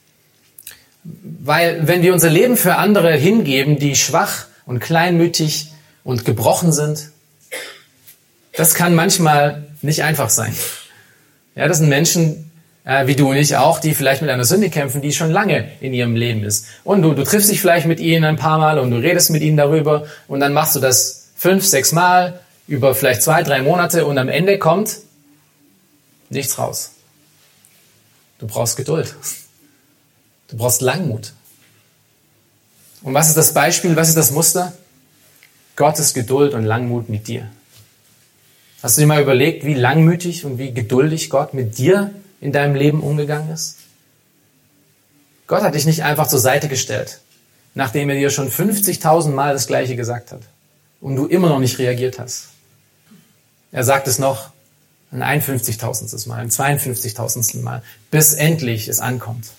Weil wenn wir unser Leben für andere hingeben, die schwach und kleinmütig und gebrochen sind, das kann manchmal nicht einfach sein. Ja, das sind Menschen, wie du und ich auch, die vielleicht mit einer Sünde kämpfen, die schon lange in ihrem Leben ist. Und du triffst dich vielleicht mit ihnen ein paar Mal und du redest mit ihnen darüber und dann machst du das 5, 6 Mal über vielleicht 2, 3 Monate und am Ende kommt nichts raus. Du brauchst Geduld. Du brauchst Langmut. Und was ist das Beispiel, was ist das Muster? Gottes Geduld und Langmut mit dir. Hast du dir mal überlegt, wie langmütig und wie geduldig Gott mit dir in deinem Leben umgegangen ist? Gott hat dich nicht einfach zur Seite gestellt, nachdem er dir schon 50.000 Mal das Gleiche gesagt hat und du immer noch nicht reagiert hast. Er sagt es noch ein 51.000. Mal, ein 52.000. Mal, bis endlich es ankommt.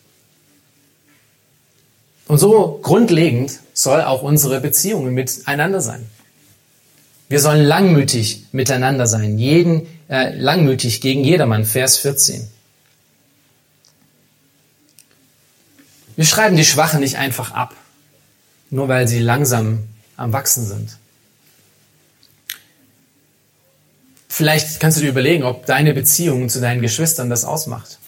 Und so grundlegend soll auch unsere Beziehungen miteinander sein. Wir sollen langmütig miteinander sein, langmütig gegen jedermann, Vers 14. Wir schreiben die Schwachen nicht einfach ab, nur weil sie langsam am Wachsen sind. Vielleicht kannst du dir überlegen, ob deine Beziehung zu deinen Geschwistern das ausmacht.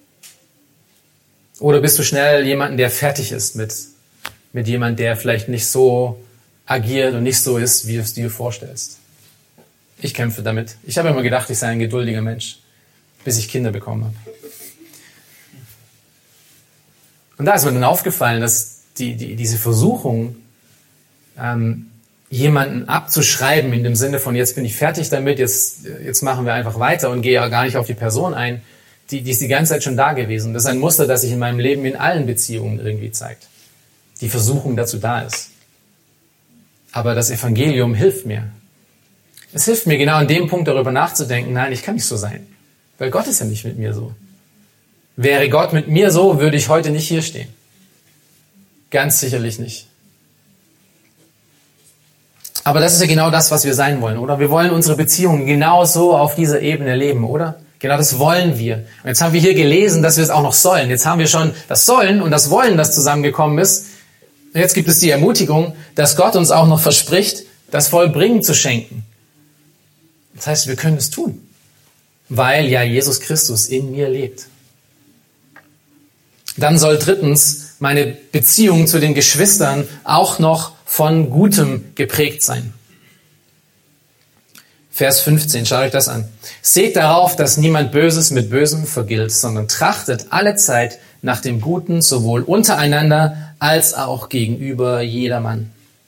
Oder bist du schnell jemanden, der fertig ist mit jemandem, der vielleicht nicht so agiert und nicht so ist, wie du es dir vorstellst. Ich kämpfe damit. Ich habe immer gedacht, ich sei ein geduldiger Mensch, bis ich Kinder bekommen habe. Und da ist mir dann aufgefallen, dass diese Versuchung, jemanden abzuschreiben in dem Sinne von, jetzt bin ich fertig damit, jetzt machen wir einfach weiter und gehe ja gar nicht auf die Person ein, die ist die ganze Zeit schon da gewesen. Das ist ein Muster, das sich in meinem Leben in allen Beziehungen irgendwie zeigt. Die Versuchung dazu da ist. Aber das Evangelium hilft mir. Es hilft mir genau an dem Punkt darüber nachzudenken, nein, ich kann nicht so sein. Weil Gott ist ja nicht mit mir so. Wäre Gott mit mir so, würde ich heute nicht hier stehen. Ganz sicherlich nicht. Aber das ist ja genau das, was wir sein wollen, oder? Wir wollen unsere Beziehungen genau so auf dieser Ebene leben, oder? Genau das wollen wir. Und jetzt haben wir hier gelesen, dass wir es auch noch sollen. Jetzt haben wir schon das Sollen und das Wollen, das zusammengekommen ist. Und jetzt gibt es die Ermutigung, dass Gott uns auch noch verspricht, das Vollbringen zu schenken. Das heißt, wir können es tun, weil ja Jesus Christus in mir lebt. Dann soll drittens meine Beziehung zu den Geschwistern auch noch von Gutem geprägt sein. Vers 15, schaut euch das an. Seht darauf, dass niemand Böses mit Bösem vergilt, sondern trachtet allezeit nach dem Guten, sowohl untereinander als auch gegenüber jedermann.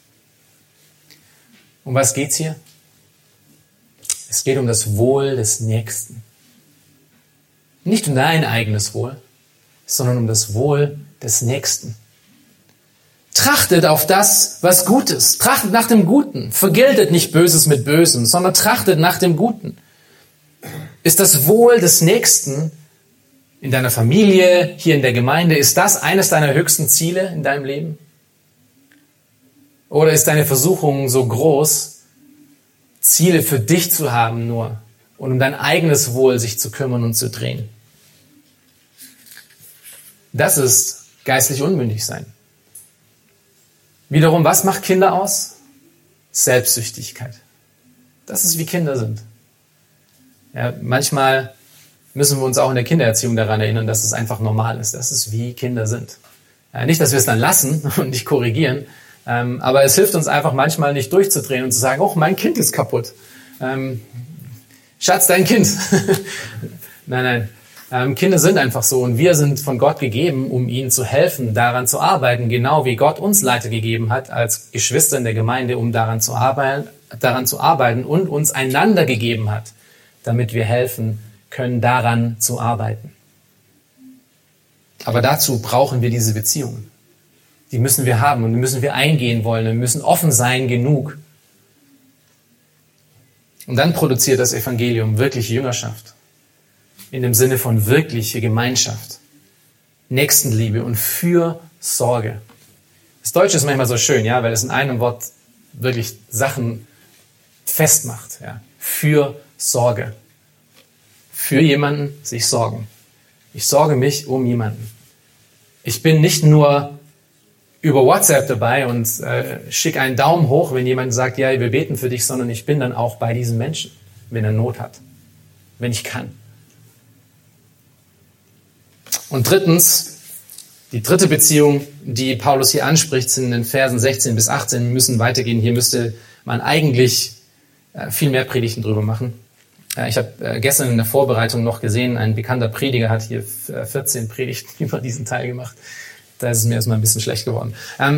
Um was geht's hier? Es geht um das Wohl des Nächsten. Nicht um dein eigenes Wohl, sondern um das Wohl des Nächsten. Trachtet auf das, was gut ist. Trachtet nach dem Guten. Vergeltet nicht Böses mit Bösem, sondern trachtet nach dem Guten. Ist das Wohl des Nächsten in deiner Familie, hier in der Gemeinde, ist das eines deiner höchsten Ziele in deinem Leben? Oder ist deine Versuchung so groß, Ziele für dich zu haben nur und um dein eigenes Wohl sich zu kümmern und zu drehen. Das ist geistlich unmündig sein. Wiederum, was macht Kinder aus? Selbstsüchtigkeit. Das ist, wie Kinder sind. Ja, manchmal müssen wir uns auch in der Kindererziehung daran erinnern, dass es einfach normal ist. Das ist, wie Kinder sind. Ja, nicht, dass wir es dann lassen und nicht korrigieren, aber es hilft uns einfach manchmal nicht durchzudrehen und zu sagen, oh, mein Kind ist kaputt. Schatz, dein Kind. Nein. Kinder sind einfach so und wir sind von Gott gegeben, um ihnen zu helfen, daran zu arbeiten, genau wie Gott uns Leiter gegeben hat als Geschwister in der Gemeinde, um daran zu arbeiten und uns einander gegeben hat, damit wir helfen können, daran zu arbeiten. Aber dazu brauchen wir diese Beziehungen. Die müssen wir haben und die müssen wir eingehen wollen. Wir müssen offen sein genug. Und dann produziert das Evangelium wirkliche Jüngerschaft. In dem Sinne von wirkliche Gemeinschaft, Nächstenliebe und Fürsorge. Das Deutsche ist manchmal so schön, ja, weil es in einem Wort wirklich Sachen festmacht. Ja. Fürsorge. Für jemanden sich sorgen. Ich sorge mich um jemanden. Ich bin nicht nur über WhatsApp dabei und schicke einen Daumen hoch, wenn jemand sagt, ja, wir beten für dich, sondern ich bin dann auch bei diesem Menschen, wenn er Not hat, wenn ich kann. Und drittens, die dritte Beziehung, die Paulus hier anspricht, sind in den Versen 16 bis 18. Wir müssen weitergehen. Hier müsste man eigentlich viel mehr Predigten drüber machen. Ich habe gestern in der Vorbereitung noch gesehen, ein bekannter Prediger hat hier 14 Predigten über diesen Teil gemacht. Da ist es mir erstmal ein bisschen schlecht geworden.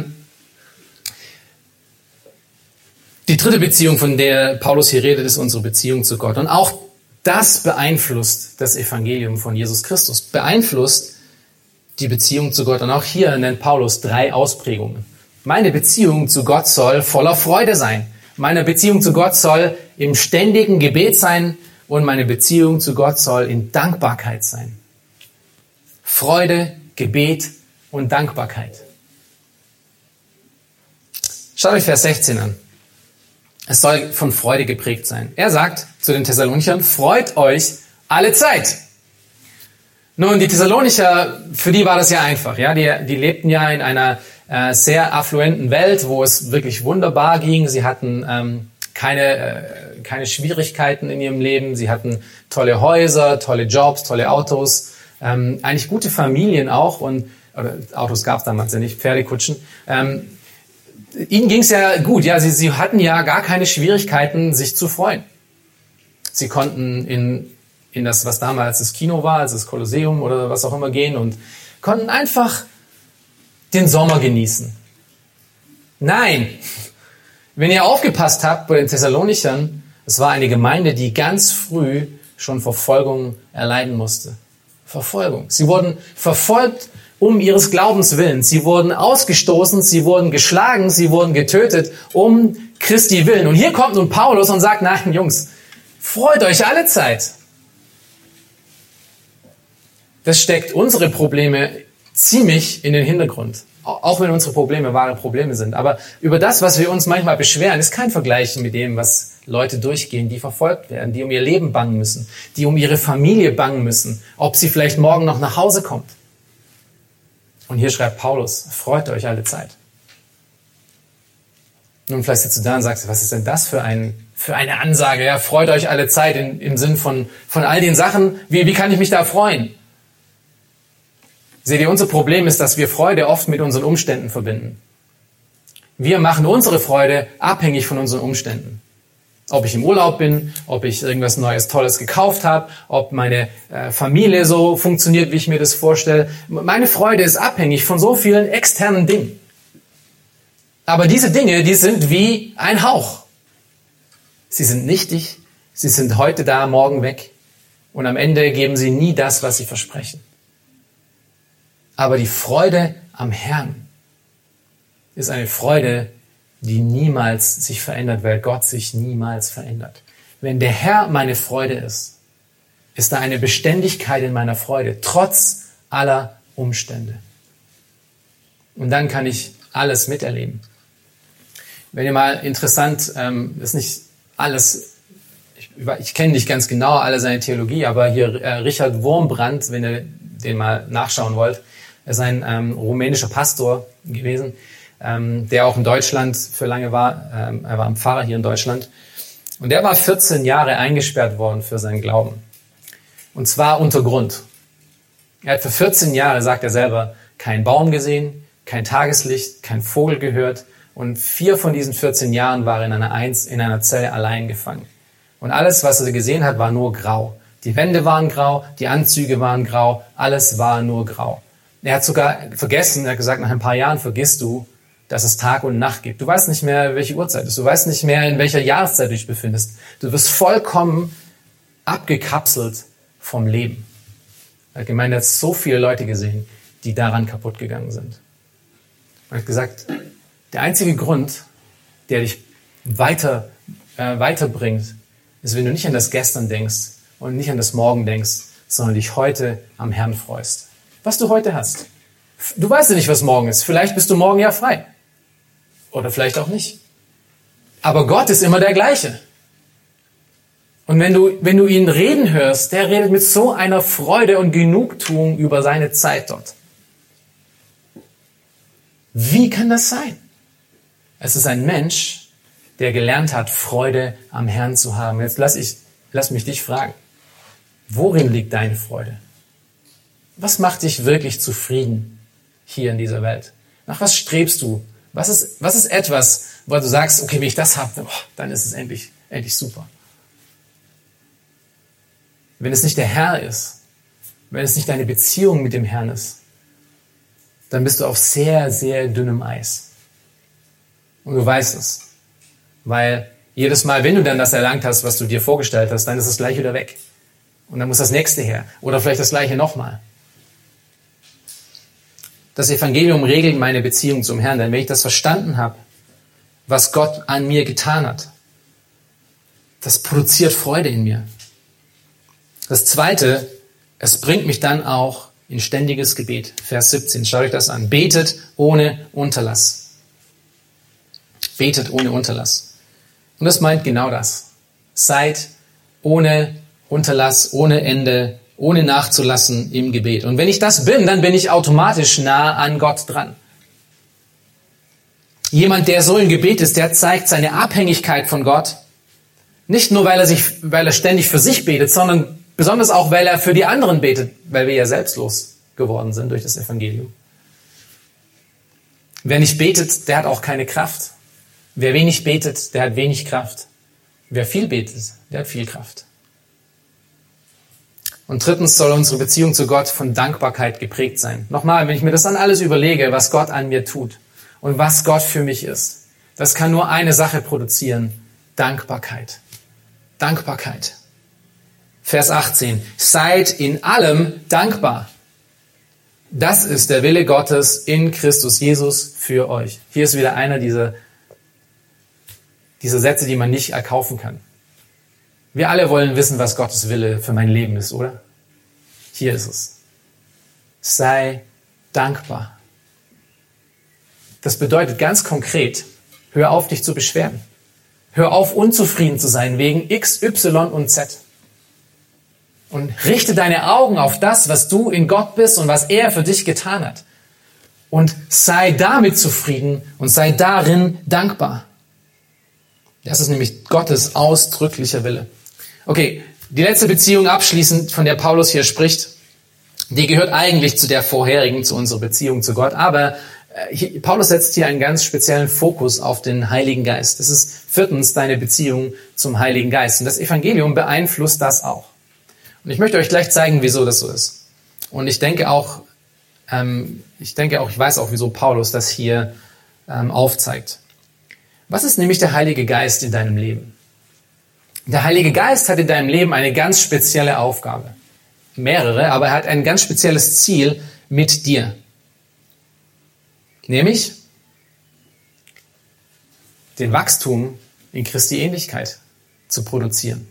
Die dritte Beziehung, von der Paulus hier redet, ist unsere Beziehung zu Gott. Und auch das beeinflusst das Evangelium von Jesus Christus, beeinflusst die Beziehung zu Gott. Und auch hier nennt Paulus 3 Ausprägungen. Meine Beziehung zu Gott soll voller Freude sein. Meine Beziehung zu Gott soll im ständigen Gebet sein und meine Beziehung zu Gott soll in Dankbarkeit sein. Freude, Gebet und Dankbarkeit. Schaut euch Vers 16 an. Es soll von Freude geprägt sein. Er sagt zu den Thessalonichern, freut euch alle Zeit. Nun, die Thessalonicher, für die war das ja einfach. Ja? Die lebten ja in einer sehr affluenten Welt, wo es wirklich wunderbar ging. Sie hatten keine Schwierigkeiten in ihrem Leben. Sie hatten tolle Häuser, tolle Jobs, tolle Autos, eigentlich gute Familien auch. Oder Autos gab es damals ja nicht, Pferdekutschen. Ihnen ging es ja gut, ja, sie hatten ja gar keine Schwierigkeiten, sich zu freuen. Sie konnten in das, was damals das Kino war, also das Kolosseum oder was auch immer gehen und konnten einfach den Sommer genießen. Nein, wenn ihr aufgepasst habt bei den Thessalonichern, es war eine Gemeinde, die ganz früh schon Verfolgung erleiden musste. Verfolgung. Sie wurden verfolgt um ihres Glaubens willen. Sie wurden ausgestoßen, sie wurden geschlagen, sie wurden getötet um Christi willen. Und hier kommt nun Paulus und sagt, nein, Jungs, freut euch alle Zeit. Das steckt unsere Probleme ziemlich in den Hintergrund. Auch wenn unsere Probleme wahre Probleme sind. Aber über das, was wir uns manchmal beschweren, ist kein Vergleich mit dem, was Leute durchgehen, die verfolgt werden, die um ihr Leben bangen müssen, die um ihre Familie bangen müssen, ob sie vielleicht morgen noch nach Hause kommt. Und hier schreibt Paulus, freut euch alle Zeit. Nun, vielleicht sitzt du da und sagst, was ist denn das für eine Ansage? Ja, freut euch alle Zeit im Sinn von all den Sachen. Wie kann ich mich da freuen? Seht ihr, unser Problem ist, dass wir Freude oft mit unseren Umständen verbinden. Wir machen unsere Freude abhängig von unseren Umständen. Ob ich im Urlaub bin, ob ich irgendwas Neues, Tolles gekauft habe, ob meine Familie so funktioniert, wie ich mir das vorstelle. Meine Freude ist abhängig von so vielen externen Dingen. Aber diese Dinge, die sind wie ein Hauch. Sie sind nichtig, sie sind heute da, morgen weg. Und am Ende geben sie nie das, was sie versprechen. Aber die Freude am Herrn ist eine Freude, die niemals sich verändert, weil Gott sich niemals verändert. Wenn der Herr meine Freude ist, ist da eine Beständigkeit in meiner Freude, trotz aller Umstände. Und dann kann ich alles miterleben. Wenn ihr mal interessant, ist nicht alles ich kenne nicht ganz genau alle seine Theologie, aber hier Richard Wurmbrand, wenn ihr den mal nachschauen wollt, er ist ein rumänischer Pastor gewesen, der auch in Deutschland für lange war. Er war ein Pfarrer hier in Deutschland. Und der war 14 Jahre eingesperrt worden für seinen Glauben. Und zwar unter Grund. Er hat für 14 Jahre, sagt er selber, keinen Baum gesehen, kein Tageslicht, kein Vogel gehört. Und 4 von diesen 14 Jahren war er in einer Zelle allein gefangen. Und alles, was er gesehen hat, war nur grau. Die Wände waren grau, die Anzüge waren grau, alles war nur grau. Er hat sogar vergessen, er hat gesagt, nach ein paar Jahren vergisst du, dass es Tag und Nacht gibt. Du weißt nicht mehr, welche Uhrzeit ist. Du weißt nicht mehr, in welcher Jahreszeit du dich befindest. Du wirst vollkommen abgekapselt vom Leben. Er hat gemeint, er hat so viele Leute gesehen, die daran kaputt gegangen sind. Er hat gesagt, der einzige Grund, der dich weiterbringt, ist, wenn du nicht an das Gestern denkst und nicht an das Morgen denkst, sondern dich heute am Herrn freust. Was du heute hast. Du weißt ja nicht, was morgen ist. Vielleicht bist du morgen ja frei. Oder vielleicht auch nicht. Aber Gott ist immer der gleiche. Und wenn du ihn reden hörst, der redet mit so einer Freude und Genugtuung über seine Zeit dort. Wie kann das sein? Es ist ein Mensch, der gelernt hat, Freude am Herrn zu haben. Jetzt lass mich dich fragen. Worin liegt deine Freude? Was macht dich wirklich zufrieden hier in dieser Welt? Nach was strebst du? Was ist etwas, wo du sagst, okay, wenn ich das habe, dann ist es endlich super. Wenn es nicht der Herr ist, wenn es nicht deine Beziehung mit dem Herrn ist, dann bist du auf sehr, sehr dünnem Eis. Und du weißt es. Weil jedes Mal, wenn du dann das erlangt hast, was du dir vorgestellt hast, dann ist es gleich wieder weg. Und dann muss das nächste her. Oder vielleicht das gleiche nochmal. Das Evangelium regelt meine Beziehung zum Herrn. Denn wenn ich das verstanden habe, was Gott an mir getan hat, das produziert Freude in mir. Das Zweite, es bringt mich dann auch in ständiges Gebet. Vers 17, schaut euch das an. Betet ohne Unterlass. Betet ohne Unterlass. Und das meint genau das. Seid ohne Unterlass, ohne Ende, ohne nachzulassen im Gebet. Und wenn ich das bin, dann bin ich automatisch nah an Gott dran. Jemand, der so im Gebet ist, der zeigt seine Abhängigkeit von Gott. Nicht nur, weil er ständig für sich betet, sondern besonders auch, weil er für die anderen betet, weil wir ja selbstlos geworden sind durch das Evangelium. Wer nicht betet, der hat auch keine Kraft. Wer wenig betet, der hat wenig Kraft. Wer viel betet, der hat viel Kraft. Und drittens soll unsere Beziehung zu Gott von Dankbarkeit geprägt sein. Nochmal, wenn ich mir das dann alles überlege, was Gott an mir tut und was Gott für mich ist, das kann nur eine Sache produzieren: Dankbarkeit. Dankbarkeit. Vers 18. Seid in allem dankbar. Das ist der Wille Gottes in Christus Jesus für euch. Hier ist wieder einer dieser Sätze, die man nicht erkaufen kann. Wir alle wollen wissen, was Gottes Wille für mein Leben ist, oder? Hier ist es. Sei dankbar. Das bedeutet ganz konkret, hör auf, dich zu beschweren. Hör auf, unzufrieden zu sein wegen X, Y und Z. Und richte deine Augen auf das, was du in Gott bist und was er für dich getan hat. Und sei damit zufrieden und sei darin dankbar. Das ist nämlich Gottes ausdrücklicher Wille. Okay, die letzte Beziehung abschließend, von der Paulus hier spricht, die gehört eigentlich zu der vorherigen, zu unserer Beziehung zu Gott. Aber Paulus setzt hier einen ganz speziellen Fokus auf den Heiligen Geist. Das ist viertens deine Beziehung zum Heiligen Geist. Und das Evangelium beeinflusst das auch. Und ich möchte euch gleich zeigen, wieso das so ist. Und ich denke auch, ich weiß auch, wieso Paulus das hier aufzeigt. Was ist nämlich der Heilige Geist in deinem Leben? Der Heilige Geist hat in deinem Leben eine ganz spezielle Aufgabe. Mehrere, aber er hat ein ganz spezielles Ziel mit dir. Nämlich den Wachstum in Christi Ähnlichkeit zu produzieren.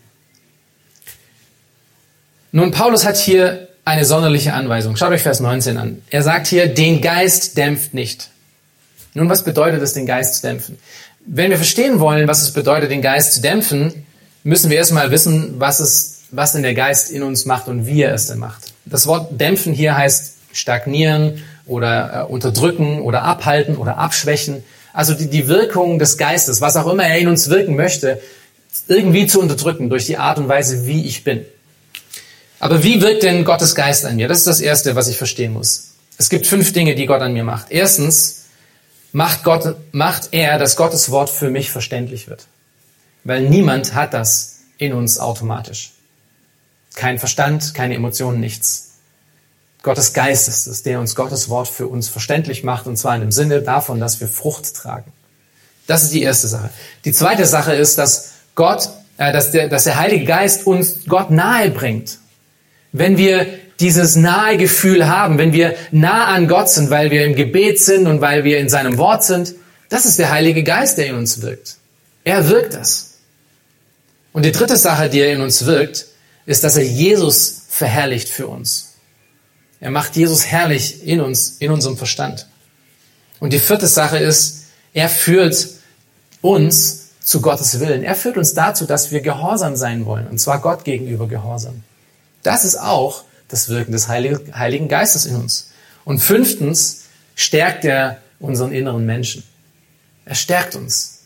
Nun, Paulus hat hier eine sonderliche Anweisung. Schaut euch Vers 19 an. Er sagt hier, den Geist dämpft nicht. Nun, was bedeutet es, den Geist zu dämpfen? Wenn wir verstehen wollen, was es bedeutet, den Geist zu dämpfen, müssen wir erstmal wissen, was denn der Geist in uns macht und wie er es denn macht. Das Wort dämpfen hier heißt stagnieren oder unterdrücken oder abhalten oder abschwächen. Also die Wirkung des Geistes, was auch immer er in uns wirken möchte, irgendwie zu unterdrücken durch die Art und Weise, wie ich bin. Aber wie wirkt denn Gottes Geist an mir? Das ist das Erste, was ich verstehen muss. Es gibt 5 Dinge, die Gott an mir macht. Erstens macht er, dass Gottes Wort für mich verständlich wird. Weil niemand hat das in uns automatisch. Kein Verstand, keine Emotionen, nichts. Gottes Geist ist es, der uns Gottes Wort für uns verständlich macht, und zwar in dem Sinne davon, dass wir Frucht tragen. Das ist die erste Sache. Die zweite Sache ist, dass der Heilige Geist uns Gott nahe bringt. Wenn wir dieses nahe Gefühl haben, wenn wir nah an Gott sind, weil wir im Gebet sind und weil wir in seinem Wort sind, das ist der Heilige Geist, der in uns wirkt. Er wirkt das. Und die dritte Sache, die er in uns wirkt, ist, dass er Jesus verherrlicht für uns. Er macht Jesus herrlich in uns, in unserem Verstand. Und die vierte Sache ist, er führt uns zu Gottes Willen. Er führt uns dazu, dass wir gehorsam sein wollen, und zwar Gott gegenüber gehorsam. Das ist auch das Wirken des Heiligen Geistes in uns. Und 5. stärkt er unseren inneren Menschen. Er stärkt uns.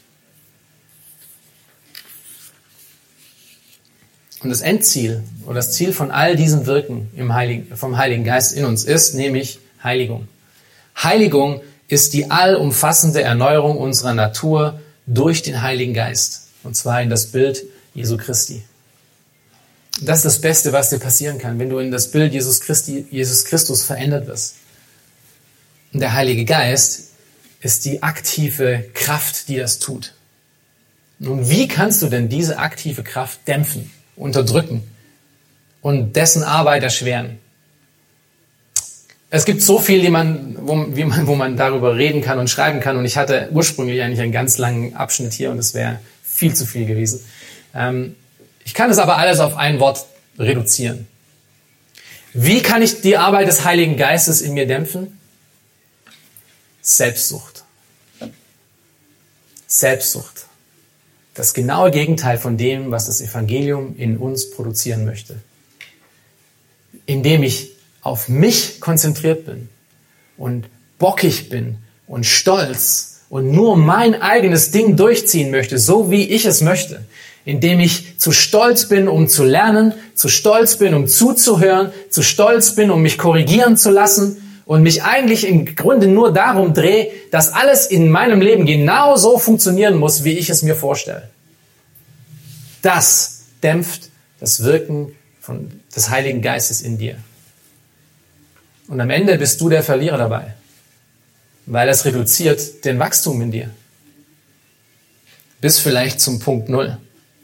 Und das Endziel oder das Ziel von all diesem Wirken vom Heiligen Geist in uns ist nämlich Heiligung. Heiligung ist die allumfassende Erneuerung unserer Natur durch den Heiligen Geist. Und zwar in das Bild Jesu Christi. Das ist das Beste, was dir passieren kann, wenn du in das Bild Jesus Christus verändert wirst. Und der Heilige Geist ist die aktive Kraft, die das tut. Nun, wie kannst du denn diese aktive Kraft dämpfen, unterdrücken und dessen Arbeit erschweren? Es gibt so viel, wo man darüber reden kann und schreiben kann. Und ich hatte ursprünglich eigentlich einen ganz langen Abschnitt hier und es wäre viel zu viel gewesen. Ich kann es aber alles auf ein Wort reduzieren. Wie kann ich die Arbeit des Heiligen Geistes in mir dämpfen? Selbstsucht. Selbstsucht. Das genaue Gegenteil von dem, was das Evangelium in uns produzieren möchte. Indem ich auf mich konzentriert bin und bockig bin und stolz und nur mein eigenes Ding durchziehen möchte, so wie ich es möchte. Indem ich zu stolz bin, um zu lernen, zu stolz bin, um zuzuhören, zu stolz bin, um mich korrigieren zu lassen und mich eigentlich im Grunde nur darum drehe, dass alles in meinem Leben genau so funktionieren muss, wie ich es mir vorstelle. Das dämpft das Wirken des Heiligen Geistes in dir. Und am Ende bist du der Verlierer dabei, weil es reduziert den Wachstum in dir. Bis vielleicht zum Punkt 0.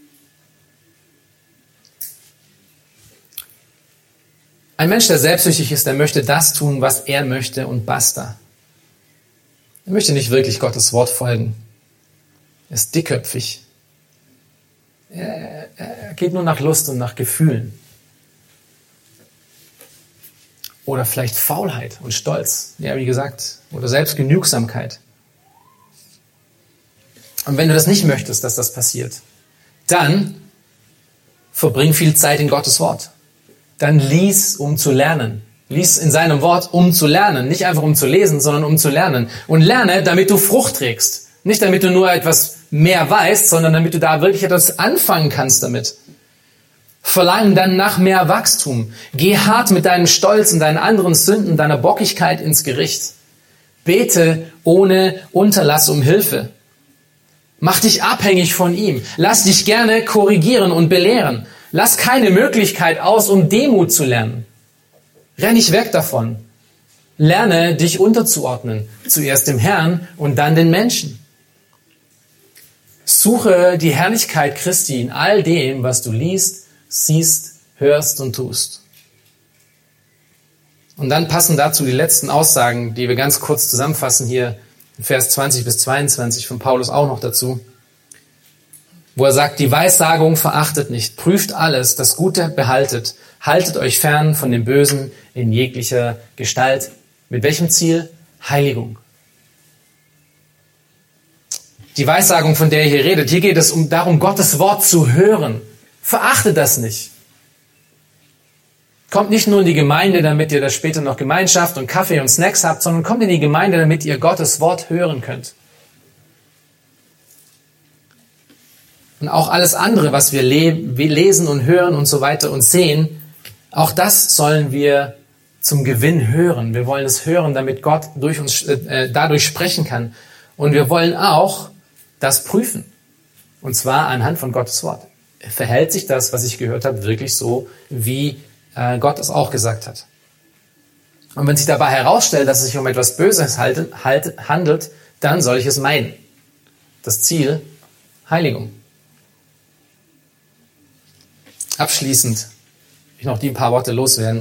Ein Mensch, der selbstsüchtig ist, der möchte das tun, was er möchte und basta. Er möchte nicht wirklich Gottes Wort folgen. Er ist dickköpfig. Er geht nur nach Lust und nach Gefühlen. Oder vielleicht Faulheit und Stolz, ja, wie gesagt, oder Selbstgenügsamkeit. Und wenn du das nicht möchtest, dass das passiert, dann verbring viel Zeit in Gottes Wort. Dann lies, um zu lernen. Lies in seinem Wort, um zu lernen. Nicht einfach um zu lesen, sondern um zu lernen. Und lerne, damit du Frucht trägst. Nicht damit du nur etwas mehr weißt, sondern damit du da wirklich etwas anfangen kannst damit. Verlange dann nach mehr Wachstum. Geh hart mit deinem Stolz und deinen anderen Sünden, deiner Bockigkeit ins Gericht. Bete ohne Unterlass um Hilfe. Mach dich abhängig von ihm. Lass dich gerne korrigieren und belehren. Lass keine Möglichkeit aus, um Demut zu lernen. Renn nicht weg davon. Lerne, dich unterzuordnen. Zuerst dem Herrn und dann den Menschen. Suche die Herrlichkeit Christi in all dem, was du liest, siehst, hörst und tust. Und dann passen dazu die letzten Aussagen, die wir ganz kurz zusammenfassen hier in Vers 20 bis 22 von Paulus auch noch dazu, wo er sagt, die Weissagung verachtet nicht, prüft alles, das Gute behaltet, haltet euch fern von dem Bösen in jeglicher Gestalt. Mit welchem Ziel? Heiligung. die Weissagung, von der ihr hier redet. Hier geht es darum, Gottes Wort zu hören. Verachtet das nicht. Kommt nicht nur in die Gemeinde, damit ihr da später noch Gemeinschaft und Kaffee und Snacks habt, sondern kommt in die Gemeinde, damit ihr Gottes Wort hören könnt. Und auch alles andere, was wir lesen und hören und so weiter und sehen, auch das sollen wir zum Gewinn hören. Wir wollen es hören, damit Gott durch uns dadurch sprechen kann. Und wir wollen auch das prüfen. Und zwar anhand von Gottes Wort. Verhält sich das, was ich gehört habe, wirklich so, wie Gott es auch gesagt hat? Und wenn sich dabei herausstellt, dass es sich um etwas Böses handelt, dann soll ich es meiden. Das Ziel, Heiligung. Abschließend will ich noch die ein paar Worte loswerden.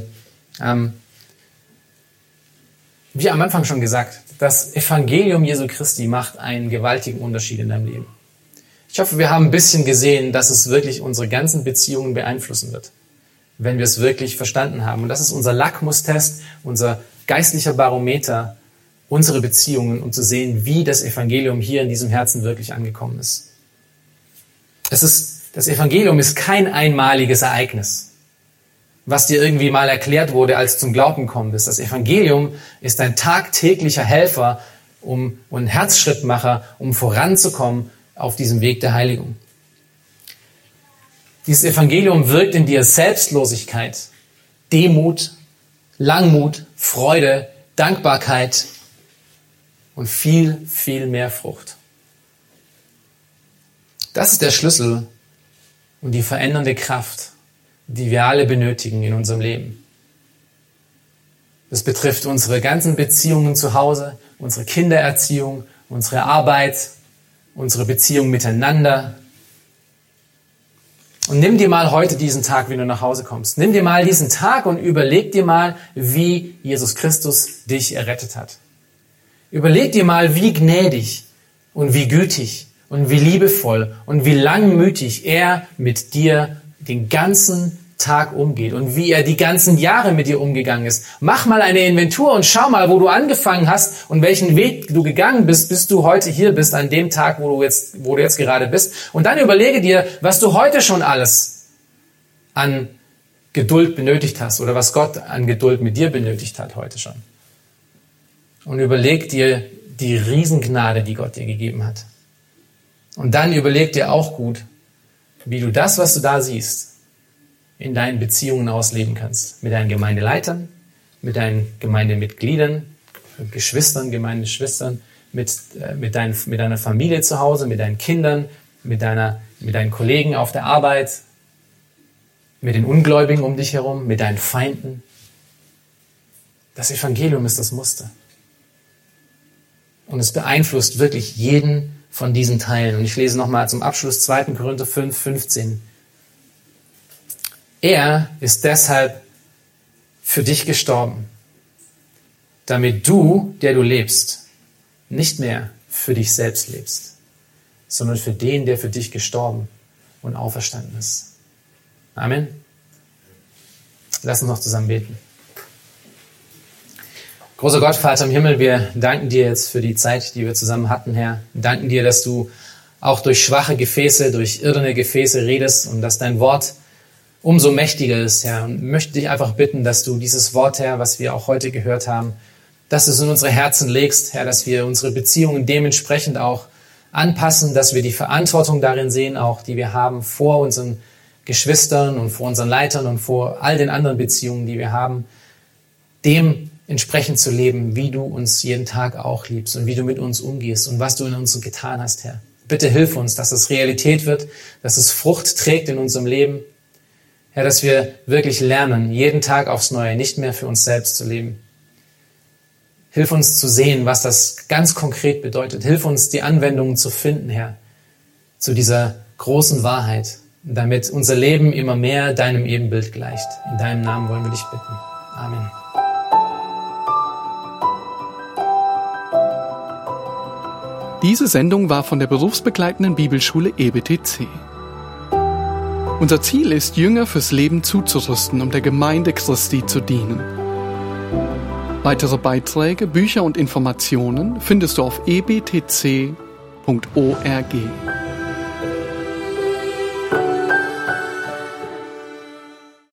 Wie am Anfang schon gesagt, das Evangelium Jesu Christi macht einen gewaltigen Unterschied in deinem Leben. Ich hoffe, wir haben ein bisschen gesehen, dass es wirklich unsere ganzen Beziehungen beeinflussen wird, wenn wir es wirklich verstanden haben. Und das ist unser Lackmustest, unser geistlicher Barometer, unsere Beziehungen, um zu sehen, wie das Evangelium hier in diesem Herzen wirklich angekommen ist. Das Evangelium ist kein einmaliges Ereignis, was dir irgendwie mal erklärt wurde, als du zum Glauben gekommen bist. Das Evangelium ist ein tagtäglicher Helfer und ein Herzschrittmacher, um voranzukommen auf diesem Weg der Heiligung. Dieses Evangelium wirkt in dir Selbstlosigkeit, Demut, Langmut, Freude, Dankbarkeit und viel, viel mehr Frucht. Das ist der Schlüssel und die verändernde Kraft, die wir alle benötigen in unserem Leben. Das betrifft unsere ganzen Beziehungen zu Hause, unsere Kindererziehung, unsere Arbeit, unsere Beziehung miteinander. Und nimm dir mal heute diesen Tag, wenn du nach Hause kommst. Nimm dir mal diesen Tag und überleg dir mal, wie Jesus Christus dich errettet hat. Überleg dir mal, wie gnädig und wie gütig und wie liebevoll und wie langmütig er mit dir den ganzen Tag umgeht und wie er die ganzen Jahre mit dir umgegangen ist. Mach mal eine Inventur und schau mal, wo du angefangen hast und welchen Weg du gegangen bist, bis du heute hier bist, an dem Tag, wo du jetzt gerade bist. Und dann überlege dir, was du heute schon alles an Geduld benötigt hast oder was Gott an Geduld mit dir benötigt hat heute schon. Und überleg dir die Riesengnade, die Gott dir gegeben hat. Und dann überleg dir auch gut, wie du das, was du da siehst, in deinen Beziehungen ausleben kannst. Mit deinen Gemeindeleitern, mit deinen Gemeindemitgliedern, Geschwistern, Gemeindeschwistern, mit deiner Familie zu Hause, mit deinen Kindern, mit deinen Kollegen auf der Arbeit, mit den Ungläubigen um dich herum, mit deinen Feinden. Das Evangelium ist das Muster. Und es beeinflusst wirklich jeden von diesen Teilen. Und ich lese nochmal zum Abschluss 2. Korinther 5, 15. Er ist deshalb für dich gestorben, damit du, der du lebst, nicht mehr für dich selbst lebst, sondern für den, der für dich gestorben und auferstanden ist. Amen. Lass uns noch zusammen beten. Großer Gott, Vater im Himmel, wir danken dir jetzt für die Zeit, die wir zusammen hatten, Herr. Wir danken dir, dass du auch durch schwache Gefäße, durch irdene Gefäße redest und dass dein Wort umso mächtiger ist, Herr. Und möchte dich einfach bitten, dass du dieses Wort, Herr, was wir auch heute gehört haben, dass du es in unsere Herzen legst, Herr, dass wir unsere Beziehungen dementsprechend auch anpassen, dass wir die Verantwortung darin sehen, auch die wir haben vor unseren Geschwistern und vor unseren Leitern und vor all den anderen Beziehungen, die wir haben, dem entsprechend zu leben, wie du uns jeden Tag auch liebst und wie du mit uns umgehst und was du in uns getan hast, Herr. Bitte hilf uns, dass es Realität wird, dass es Frucht trägt in unserem Leben. Herr, dass wir wirklich lernen, jeden Tag aufs Neue nicht mehr für uns selbst zu leben. Hilf uns zu sehen, was das ganz konkret bedeutet. Hilf uns, die Anwendungen zu finden, Herr, zu dieser großen Wahrheit, damit unser Leben immer mehr deinem Ebenbild gleicht. In deinem Namen wollen wir dich bitten. Amen. Diese Sendung war von der berufsbegleitenden Bibelschule EBTC. Unser Ziel ist, Jünger fürs Leben zuzurüsten, um der Gemeinde Christi zu dienen. Weitere Beiträge, Bücher und Informationen findest du auf ebtc.org. www.ccc.org.